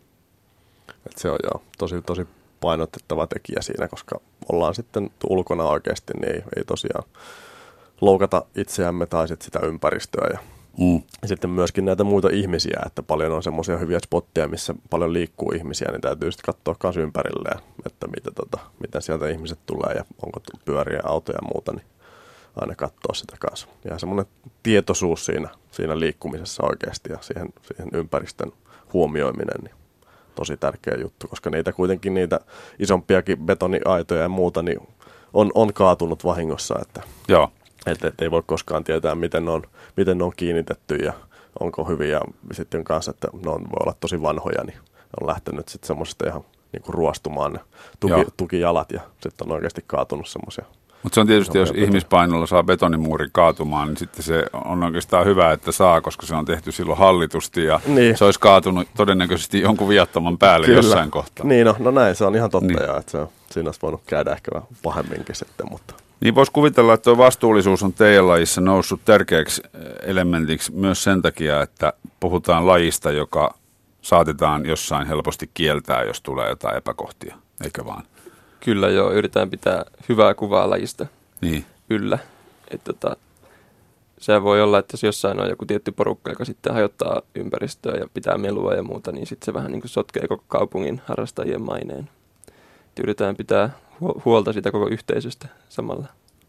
Et se on joo tosi, tosi painotettava tekijä siinä, koska ollaan sitten ulkona oikeasti, niin ei, ei tosiaan loukata itseämme tai sit sitä ympäristöä. Ja mm. sitten myöskin näitä muita ihmisiä, että paljon on semmoisia hyviä spotteja, missä paljon liikkuu ihmisiä, niin täytyy sitten katsoa myös ympärilleen, että mitä, tota, miten sieltä ihmiset tulee ja onko pyöriä, autoja ja muuta, niin aina katsoa sitä kanssa. Ja semmoinen tietoisuus siinä, siinä liikkumisessa oikeasti ja siihen, siihen ympäristön huomioiminen, niin tosi tärkeä juttu, koska niitä kuitenkin niitä isompiakin betoniaitoja ja muuta niin on, on kaatunut vahingossa, että Joo. Et, et ei voi koskaan tietää, miten ne on, miten ne on kiinnitetty ja onko hyviä. Sitten kanssa, että ne on, voi olla tosi vanhoja, niin on lähtenyt sitten semmoisesta ihan niinku ruostumaan ne tuki, tukijalat ja sitten on oikeasti kaatunut semmoisia. Mutta se on tietysti, jos ihmispainolla saa betonimuuri kaatumaan, niin sitten se on oikeastaan hyvä, että saa, koska se on tehty silloin hallitusti ja niin. Se olisi kaatunut todennäköisesti jonkun viattoman päälle Kyllä. jossain kohtaa. Niin, no, no näin, se on ihan totta, niin. ja, että se on, siinä olisi voinut käydä ehkä vähän pahemminkin sitten, mutta... Niin voisi kuvitella, että tuo vastuullisuus on teidän lajissa noussut tärkeäksi elementiksi myös sen takia, että puhutaan lajista, joka saatetaan jossain helposti kieltää, jos tulee jotain epäkohtia, eikö vaan? Kyllä joo, yritetään pitää hyvää kuvaa lajista niin. yllä. Että tota, se voi olla, että jos jossain on joku tietty porukka, joka sitten hajottaa ympäristöä ja pitää melua ja muuta, niin sitten se vähän niin kuin sotkee koko kaupungin harrastajien maineen. Et yritetään pitää huolta siitä koko yhteisöstä samalla.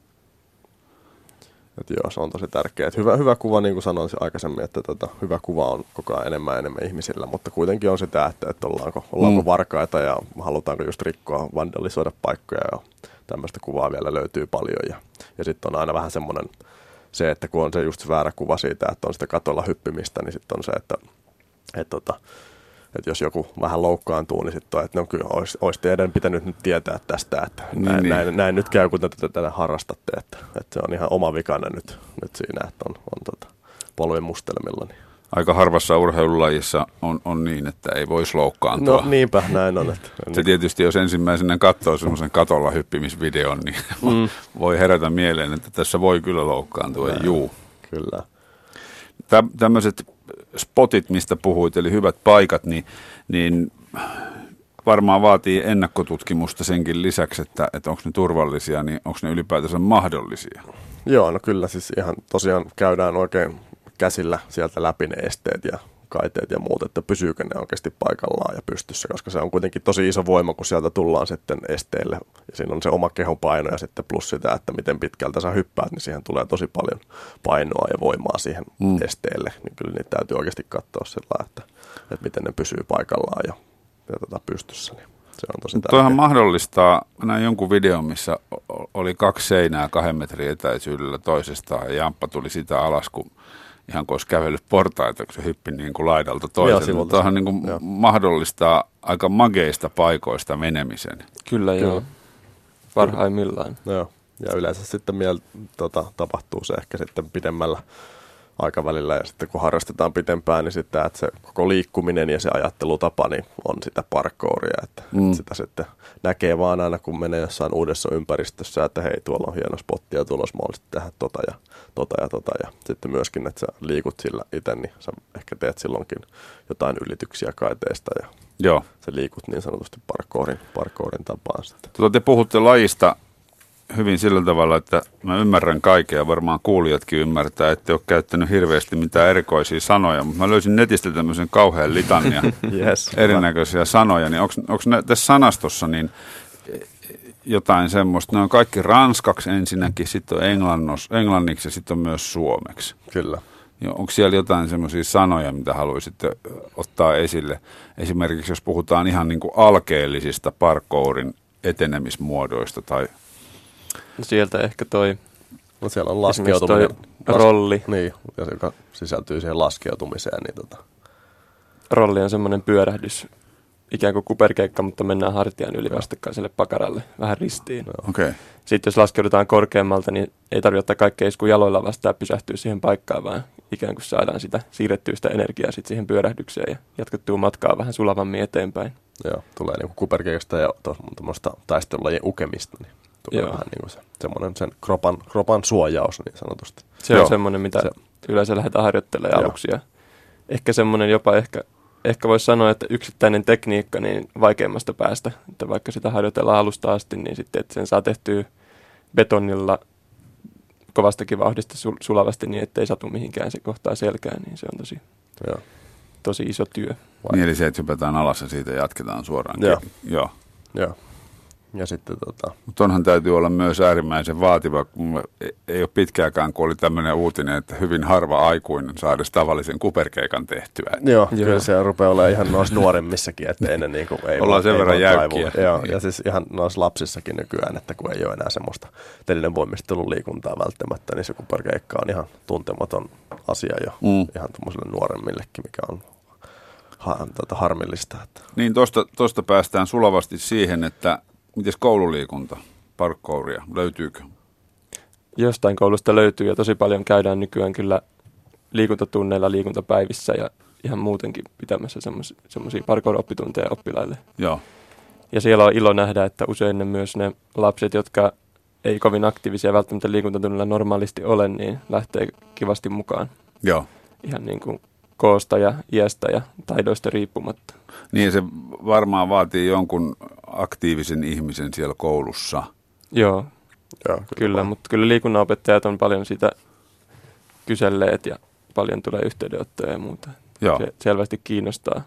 Et joo, se on tosi tärkeää. Hyvä, hyvä kuva, niin kuin sanoin aikaisemmin, että tota, hyvä kuva on koko ajan enemmän ja enemmän ihmisillä, mutta kuitenkin on sitä, että, että ollaanko, ollaanko mm. varkaita ja halutaanko just rikkoa, vandalisoida paikkoja ja tämmöistä kuvaa vielä löytyy paljon. Ja, ja sitten on aina vähän semmoinen se, että kun on se just väärä kuva siitä, että on sitä katolla hyppimistä, niin sitten on se, että et, tota, että jos joku vähän loukkaantuu, niin sitten on, että no kyllä olisi, olisi teidän pitänyt nyt tietää tästä, että niin, näin, niin. Näin, näin nyt käy, kun tätä, tätä harrastatte, että, että se on ihan oma vikainen nyt, nyt siinä, että on, on tota, polven mustelmilla. Niin. Aika harvassa urheilulajissa on, on niin, että ei voisi loukkaantua. No niinpä, näin on. Että, se tietysti, jos ensimmäisenä katsoo semmoisen katolla hyppimisvideon, niin mm. voi herätä mieleen, että tässä voi kyllä loukkaantua. Näin. Juu. Kyllä. Tä, tämmöiset spotit, mistä puhuit, eli hyvät paikat, niin, niin varmaan vaatii ennakkotutkimusta senkin lisäksi, että, että onko ne turvallisia, niin onko ne ylipäätänsä mahdollisia? Joo, no kyllä siis ihan tosiaan käydään oikein käsillä sieltä läpi ne esteet ja kaiteet ja muut, että pysyykö ne oikeasti paikallaan ja pystyssä, koska se on kuitenkin tosi iso voima, kun sieltä tullaan sitten esteelle ja siinä on se oma kehon paino ja sitten plus sitä, että miten pitkältä sä hyppäät, niin siihen tulee tosi paljon painoa ja voimaa siihen mm. esteelle, niin kyllä niitä täytyy oikeasti katsoa sillä, että, että miten ne pysyy paikallaan ja, ja tota pystyssä, niin se on tosi tärkeää. Toihan mahdollistaa, mä näin jonkun videon, missä oli kaksi seinää kahden metrin etäisyydellä toisestaan ja jamppa tuli sitä alas, kun ihan kun olisi kävellyt portaita, kun se hyppi niin kuin laidalta toiselle. Tuohan niin kuin mahdollistaa aika mageista paikoista menemisen. Kyllä, Kyllä. joo. Parhaimmillaan. Joo. Ja yleensä sitten miel, tota, tapahtuu se ehkä sitten pidemmällä aikavälillä. Ja sitten kun harrastetaan pitempään, niin sitten että se koko liikkuminen ja se ajattelutapa niin on sitä parkouria. Että, mm. että sitä sitten näkee vaan aina, kun menee jossain uudessa ympäristössä, että hei, tuolla on hieno spotti ja tuolla olisi mahdollista tehdä tota ja tota ja tota. Ja sitten myöskin, että sä liikut sillä itse, niin sä ehkä teet silloinkin jotain ylityksiä kaiteesta ja Joo. sä liikut niin sanotusti parkourin, parkourin tapaan sitten. Tuota, te puhutte lajista hyvin sillä tavalla, että mä ymmärrän kaikkea ja varmaan kuulijatkin ymmärtää, että ole käyttänyt hirveästi mitään erikoisia sanoja, mutta mä löysin netistä tämmöisen kauhean litania yes, erinäköisiä va. sanoja, niin onko tässä sanastossa niin jotain semmoista, ne on kaikki ranskaksi ensinnäkin, sitten on englannos, englanniksi ja sitten on myös suomeksi. Kyllä. Onko siellä jotain semmoisia sanoja, mitä haluaisitte ottaa esille? Esimerkiksi jos puhutaan ihan niin kuin alkeellisista parkourin etenemismuodoista tai... Sieltä ehkä toi... No siellä on laskeutuminen. Toi rolli. Niin, joka sisältyy siihen laskeutumiseen. Niin tota. rolli on semmoinen pyörähdys, ikään kuin kuperkeikka, mutta mennään hartian yli vastakkaiselle pakaralle, vähän ristiin. Okay. Sitten jos laskeudutaan korkeammalta, niin ei tarvitse ottaa kaikkea iskua jaloilla vastaan ja pysähtyä siihen paikkaan, vaan ikään kuin saadaan sitä siirrettyä sitä energiaa sitten siihen pyörähdykseen ja jatkettua matkaa vähän sulavammin eteenpäin. Joo, tulee niin kuin kuperkeikasta ja tuommoista taistelulajien ukemista, niin tulee Joo. vähän niin kuin se, semmoinen sen kropan, kropan suojaus niin sanotusti. Se Joo. on semmoinen, mitä se yleensä lähdetään harjoittelemaan aluksi. Ja ehkä semmoinen jopa ehkä, ehkä voisi sanoa, että yksittäinen tekniikka niin vaikeimmasta päästä. Että vaikka sitä harjoitellaan alusta asti, niin sitten että sen saa tehtyä betonilla kovastakin vauhdista sul- sulavasti niin, ettei satu mihinkään se kohtaa selkään, niin se on tosi, Joo. tosi iso työ. Niin, eli se, että hypätään alas ja siitä jatketaan suoraan. Joo. Joo. Joo. Ja sitten tota... Mutta onhan täytyy olla myös äärimmäisen vaativa, kun ei ole pitkääkään, kun oli tämmöinen uutinen, että hyvin harva aikuinen saa edes tavallisen kuperkeikan tehtyä. Joo, Joo. kyllä se rupeaa olemaan ihan noissa nuoremmissakin, että ennen niin kuin ei ollaan sen verran jäykkiä. Joo, ja siis ihan noissa lapsissakin nykyään, että kun ei ole enää semmoista telinen voimistelun liikuntaa välttämättä, niin se kuperkeikka on ihan tuntematon asia jo mm. ihan tuommoiselle nuoremmillekin, mikä on ha- tota, harmillista. Että. Niin, tuosta päästään sulavasti siihen, että miten koululiikunta, parkouria, löytyykö? Jostain koulusta löytyy ja tosi paljon käydään nykyään kyllä liikuntatunneilla, liikuntapäivissä ja ihan muutenkin pitämässä semmoisia parkour-oppitunteja oppilaille. Joo. Ja siellä on ilo nähdä, että usein ne myös ne lapset, jotka ei kovin aktiivisia välttämättä liikuntatunnilla normaalisti ole, niin lähtee kivasti mukaan. Joo. Ihan niin kuin koosta ja iästä ja taidoista riippumatta. Niin se varmaan vaatii jonkun aktiivisen ihmisen siellä koulussa. Joo, Joo kyllä, kyllä mutta kyllä liikunnanopettajat on paljon sitä kyselleet ja paljon tulee yhteydenottoja ja muuta. Joo. Se selvästi kiinnostaa.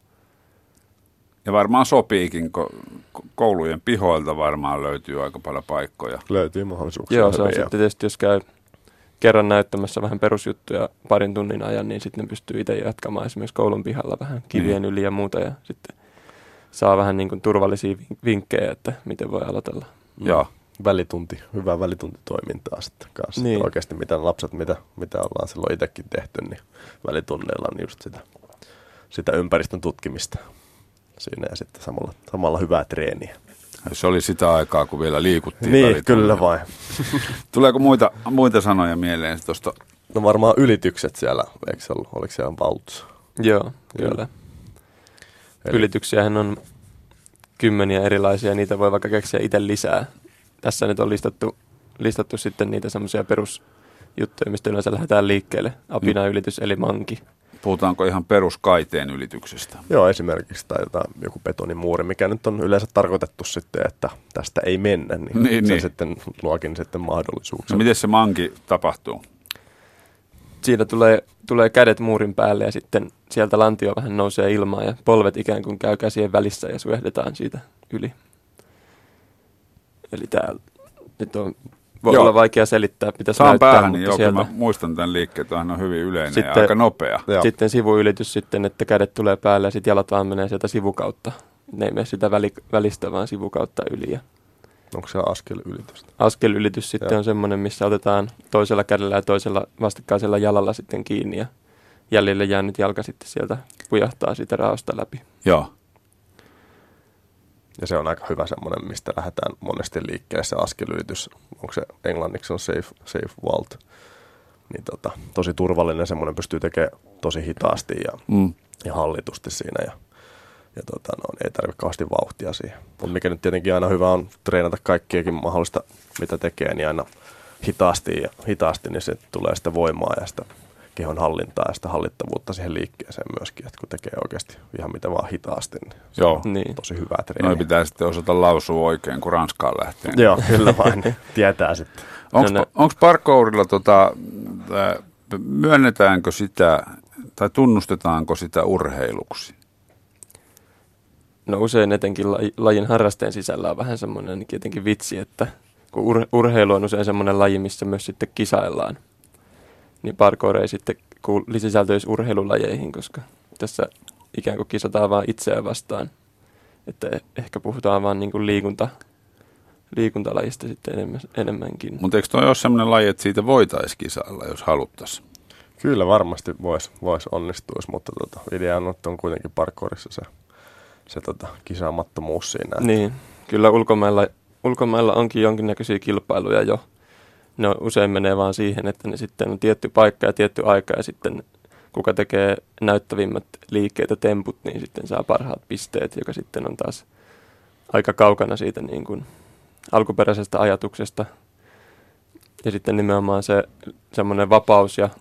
Ja varmaan sopiikin, koulujen pihoilta varmaan löytyy aika paljon paikkoja. Löytyy mahdollisuuksia. Joo, se on sitten tietysti, jos käy kerran näyttämässä vähän perusjuttuja parin tunnin ajan, niin sitten ne pystyy itse jatkamaan esimerkiksi koulun pihalla vähän kivien niin. yli ja muuta. Ja sitten saa vähän niin kuin turvallisia vinkkejä, että miten voi aloitella. Mm. Joo. Välitunti, hyvää välituntitoimintaa sitten kanssa. Niin. Oikeasti mitä lapset, mitä, mitä ollaan silloin itsekin tehty, niin välitunneilla on just sitä, sitä ympäristön tutkimista siinä ja sitten samalla, samalla hyvää treeniä. Se oli sitä aikaa, kun vielä liikuttiin. Niin, kyllä vain. Tuleeko muita, muita sanoja mieleen tuosta? No varmaan ylitykset siellä, eikö se ollut, oliko siellä vaults? Joo, kyllä. Eli ylityksiähän on kymmeniä erilaisia, niitä voi vaikka keksiä itse lisää. Tässä nyt on listattu, listattu sitten niitä semmoisia perusjuttuja, mistä yleensä lähdetään liikkeelle. Apinaylitys eli manki. Puhutaanko ihan peruskaiteen ylityksestä? Joo, esimerkiksi tai jotain, joku betonimuuri, mikä nyt on yleensä tarkoitettu sitten, että tästä ei mennä, niin, niin se niin. sitten luokin sitten mahdollisuuksia. No miten se manki tapahtuu? Siinä tulee, tulee kädet muurin päälle ja sitten sieltä lantio vähän nousee ilmaan ja polvet ikään kuin käy käsien välissä ja suehdetaan siitä yli. Eli täällä nyt on, voi joo. olla vaikea selittää, pitäisi Saan näyttää. Päähän, niin joo, sieltä mä muistan tämän liikkeen, tämähän on hyvin yleinen sitten, ja aika nopea. Joo. Sitten sivuylitys sitten, että kädet tulee päälle ja sitten jalat vaan menee sieltä sivukautta. Ne ei mene sitä väli, välistä, vaan sivukautta yli. Ja onko se askelylitys? Askelylitys sitten joo. on semmoinen, missä otetaan toisella kädellä ja toisella vastakkaisella jalalla sitten kiinni ja jäljelle jäänyt jalka sitten sieltä pujahtaa siitä raosta läpi. Joo. Ja se on aika hyvä semmoinen, mistä lähdetään monesti liikkeelle se askelylitys. Onko se englanniksi on safe, safe vault. Niin tota, tosi turvallinen semmoinen, pystyy tekemään tosi hitaasti ja, mm. ja hallitusti siinä. Ja, ja tota, no, ei tarvitse kauheasti vauhtia siihen. Mutta mikä nyt tietenkin aina hyvä on treenata kaikkiakin mahdollista, mitä tekee, niin aina hitaasti ja hitaasti, niin se tulee sitä voimaa ja sitä kehon hallintaa ja sitä hallittavuutta siihen liikkeeseen myöskin, että kun tekee oikeasti ihan mitä vaan hitaasti, niin se Joo. on niin. tosi hyvää treeniä. Noin pitää sitten osata lausua oikein, kun Ranskaan lähtee. Joo, kyllä vain, tietää sitten. Onko parkourilla, tota, myönnetäänkö sitä, tai tunnustetaanko sitä urheiluksi? No usein etenkin lajin harrasteen sisällä on vähän semmoinen jotenkin vitsi, että kun ur- urheilu on usein semmoinen laji, missä myös sitten kisaillaan, niin parkour ei sitten sisältöisi urheilulajeihin, koska tässä ikään kuin kisataan vaan itseään vastaan. Että ehkä puhutaan vaan niin kuin liikunta, liikuntalajista sitten enemmän, enemmänkin. Mutta eikö toi ole sellainen laji, että siitä voitaisiin kisailla, jos haluttaisiin? Kyllä varmasti voisi vois onnistuisi, mutta tota, idea on, että on kuitenkin parkourissa se, se tota, kisaamattomuus siinä. Niin, kyllä ulkomailla, ulkomailla onkin jonkinnäköisiä kilpailuja jo. Ne usein menee vaan siihen, että ne sitten on tietty paikka ja tietty aika ja sitten kuka tekee näyttävimmät liikkeet ja temput, niin sitten saa parhaat pisteet, joka sitten on taas aika kaukana siitä niin kuin alkuperäisestä ajatuksesta. Ja sitten nimenomaan se semmoinen vapaus ja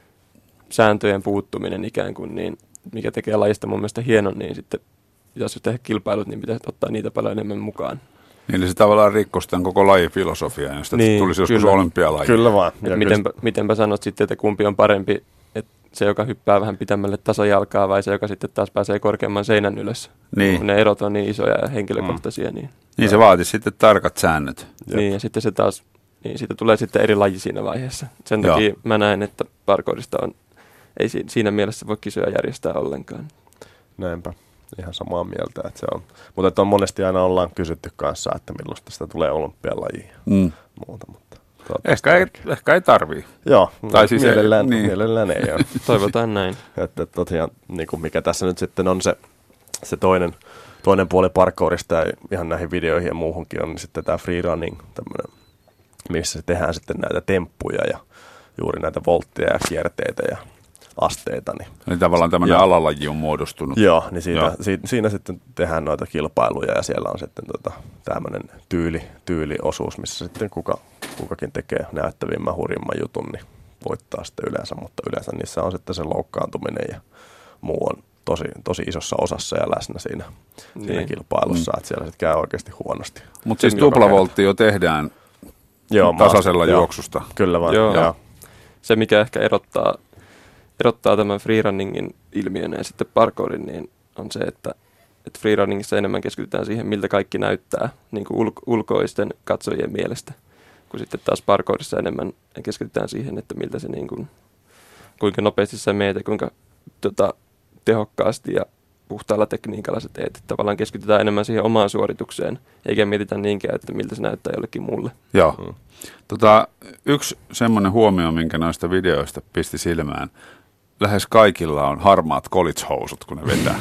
sääntöjen puuttuminen ikään kuin, niin, mikä tekee lajista mun mielestä hienon, niin sitten jos tehdään kilpailut, niin pitäisi ottaa niitä paljon enemmän mukaan. Niin, eli se tavallaan rikkoisi tämän koko lajifilosofia, josta niin, tulisi joskus kyllä. olympialaji. Kyllä vaan. Mitenpä, mitenpä sanot sitten, että kumpi on parempi, että se, joka hyppää vähän pitämälle tasajalkaa vai se, joka sitten taas pääsee korkeamman seinän ylös. Niin. Ne erot on niin isoja ja henkilökohtaisia. Mm. Niin, niin se vaatisi sitten tarkat säännöt. Jep. Niin, ja sitten se taas, niin siitä tulee sitten eri laji siinä vaiheessa. Sen takia Joo. mä näen, että parkourista on, ei siinä mielessä voi kisoja järjestää ollenkaan. Näinpä. Ihan samaa mieltä, että se on. Mutta että on monesti aina ollaan kysytty kanssa, että milloin sitä tulee olympialajia mm. muuta. Mutta ehkä, ei, ehkä ei tarvii. Joo, tai siis mielellään, ei, niin. mielellään ei ole. Toivotaan näin. Että tosiaan, niin kuin mikä tässä nyt sitten on se, se toinen, toinen puoli parkourista ja ihan näihin videoihin ja muuhunkin on niin sitten tämä freerunning, tämmöinen, missä tehdään sitten näitä temppuja ja juuri näitä voltteja ja kierteitä ja asteita. Niin. Eli tavallaan tämmöinen ja, alalaji on muodostunut. Joo, niin siitä, joo. Si, siinä sitten tehdään noita kilpailuja ja siellä on sitten tota, tämmöinen tyyli, tyyliosuus, missä sitten kuka, kukakin tekee näyttävimmän hurjimman jutun, niin voittaa sitten yleensä, mutta yleensä niissä on sitten se loukkaantuminen ja muu on tosi, tosi isossa osassa ja läsnä siinä, niin. siinä kilpailussa, mm. että siellä sitten käy oikeasti huonosti. Mutta siis tuplavoltti jo tehdään joo, tasaisella maa, juoksusta. Joo, kyllä vaan. Joo. Joo. Se, mikä ehkä erottaa erottaa tämän freerunningin ilmiön ja sitten parkourin, niin on se, että, että freerunningissa enemmän keskitytään siihen, miltä kaikki näyttää niin kuin ulko- ulkoisten katsojien mielestä, kun sitten taas parkourissa enemmän keskitytään siihen, että miltä se niin kuin, kuinka nopeasti sä meet ja kuinka tota, tehokkaasti ja puhtaalla tekniikalla sä teet. Että tavallaan keskitytään enemmän siihen omaan suoritukseen, eikä mietitä niinkään, että miltä se näyttää jollekin muulle. Joo. Mm. Tota, yksi semmoinen huomio, minkä noista videoista pisti silmään, lähes kaikilla on harmaat college-housut, kun ne vetää.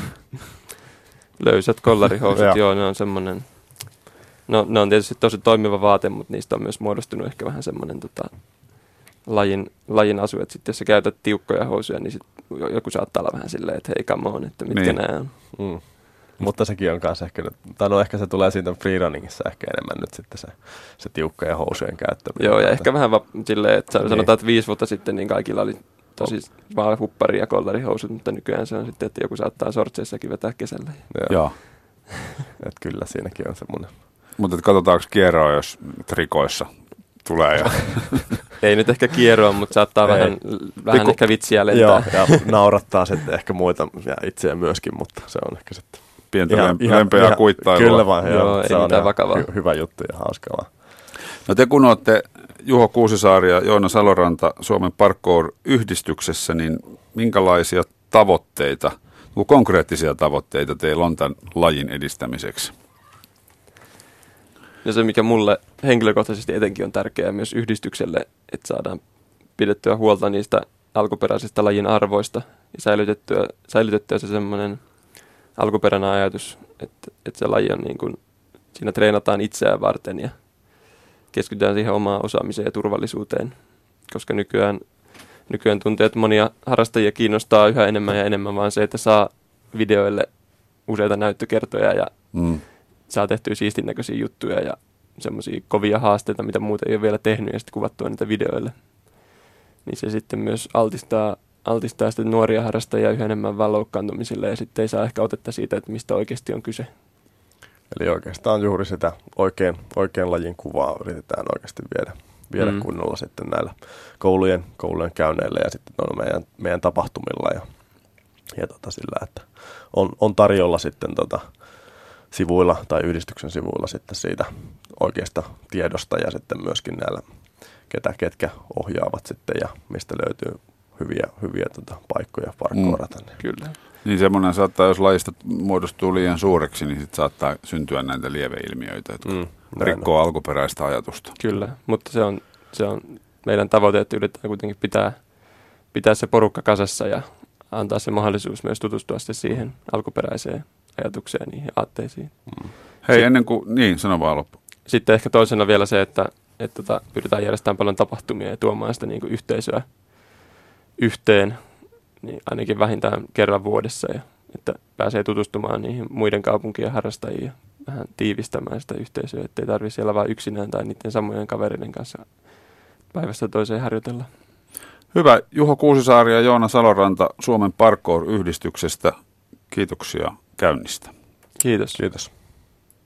Löysät kollarihousut, joo, ne on semmoinen. No, ne on tietysti tosi toimiva vaate, mutta niistä on myös muodostunut ehkä vähän semmoinen tota, lajin, lajin asu, että sitten jos sä käytät tiukkoja housuja, niin sit joku saattaa olla vähän silleen, että hei, come on, että mitkä niin. nämä on. Mm. Mutta sekin on kanssa ehkä, tai no ehkä se tulee siitä freerunningissa ehkä enemmän nyt sitten se, se tiukkojen housujen käyttäminen. Joo, ja ehkä vähän va- silleen, että niin. sanotaan, että viisi vuotta sitten niin kaikilla oli tosi vaan huppari ja kollarihousut, mutta nykyään se on sitten, että joku saattaa sortseissakin vetää kesällä. Joo. Joo. Että kyllä siinäkin on semmoinen. Mutta katsotaanko kierroa, jos trikoissa tulee. Ja ei nyt ehkä kierroa, mutta saattaa ei. vähän, vähän Piku, ehkä vitsiä lentää. Joo, ja naurattaa sitten ehkä muita ja itseä myöskin, mutta se on ehkä sitten pientä ihan, lempeää kuittailua. Kyllä vaan, joo, joo, se ei on mitään vakavaa. Hy- hyvä juttu ja hauskaa vaan. No te kun olette Juho Kuusisaari ja Joona Saloranta Suomen Parkour-yhdistyksessä, niin minkälaisia tavoitteita, konkreettisia tavoitteita teillä on tämän lajin edistämiseksi? Ja se, mikä mulle henkilökohtaisesti etenkin on tärkeää myös yhdistykselle, että saadaan pidettyä huolta niistä alkuperäisistä lajin arvoista ja säilytettyä, säilytettyä se semmoinen alkuperäinen ajatus, että, että se laji on niin kuin, siinä treenataan itseään varten ja keskitytään siihen omaan osaamiseen ja turvallisuuteen, koska nykyään, nykyään tuntuu, että monia harrastajia kiinnostaa yhä enemmän ja enemmän vaan se, että saa videoille useita näyttökertoja ja mm. saa tehtyä siistin näköisiä juttuja ja semmoisia kovia haasteita, mitä muuten ei ole vielä tehnyt ja sitten kuvattua niitä videoille. Niin se sitten myös altistaa, altistaa sitten nuoria harrastajia yhä enemmän vaan loukkaantumisille ja sitten ei saa ehkä otetta siitä, että mistä oikeasti on kyse. Eli oikeastaan juuri sitä oikein, oikein lajin kuvaa yritetään oikeasti viedä, viedä mm. kunnolla sitten näillä koulujen, koulujen käynneillä ja sitten on meidän, meidän tapahtumilla ja, ja tota sillä, että on, on tarjolla sitten tota sivuilla tai yhdistyksen sivuilla sitten siitä oikeasta tiedosta ja sitten myöskin näillä, ketä ketkä ohjaavat sitten ja mistä löytyy hyviä, hyviä tota paikkoja parkourata. Mm. Kyllä. Niin semmoinen saattaa, jos lajista muodostuu liian suureksi, niin sitten saattaa syntyä näitä lieveilmiöitä, jotka mm, rikkoo on. alkuperäistä ajatusta. Kyllä, mutta se on, se on meidän tavoite, että yritetään kuitenkin pitää, pitää se porukka kasassa ja antaa se mahdollisuus myös tutustua sitten siihen alkuperäiseen ajatukseen ja niihin aatteisiin. Mm. Hei, ennen kuin, niin, sano vaan loppu. Sitten ehkä toisena vielä se, että, että tota, pyritään järjestämään paljon tapahtumia ja tuomaan sitä niin kuin yhteisöä yhteen, niin ainakin vähintään kerran vuodessa, ja että pääsee tutustumaan niihin muiden kaupunkien harrastajiin ja vähän tiivistämään sitä yhteisöä, ettei tarvitse siellä vain yksinään tai niiden samojen kavereiden kanssa päivästä toiseen harjoitella. Hyvä. Juho Kuusisaari ja Joona Saloranta Suomen Parkour-yhdistyksestä. Kiitoksia käynnistä. Kiitos. Kiitos.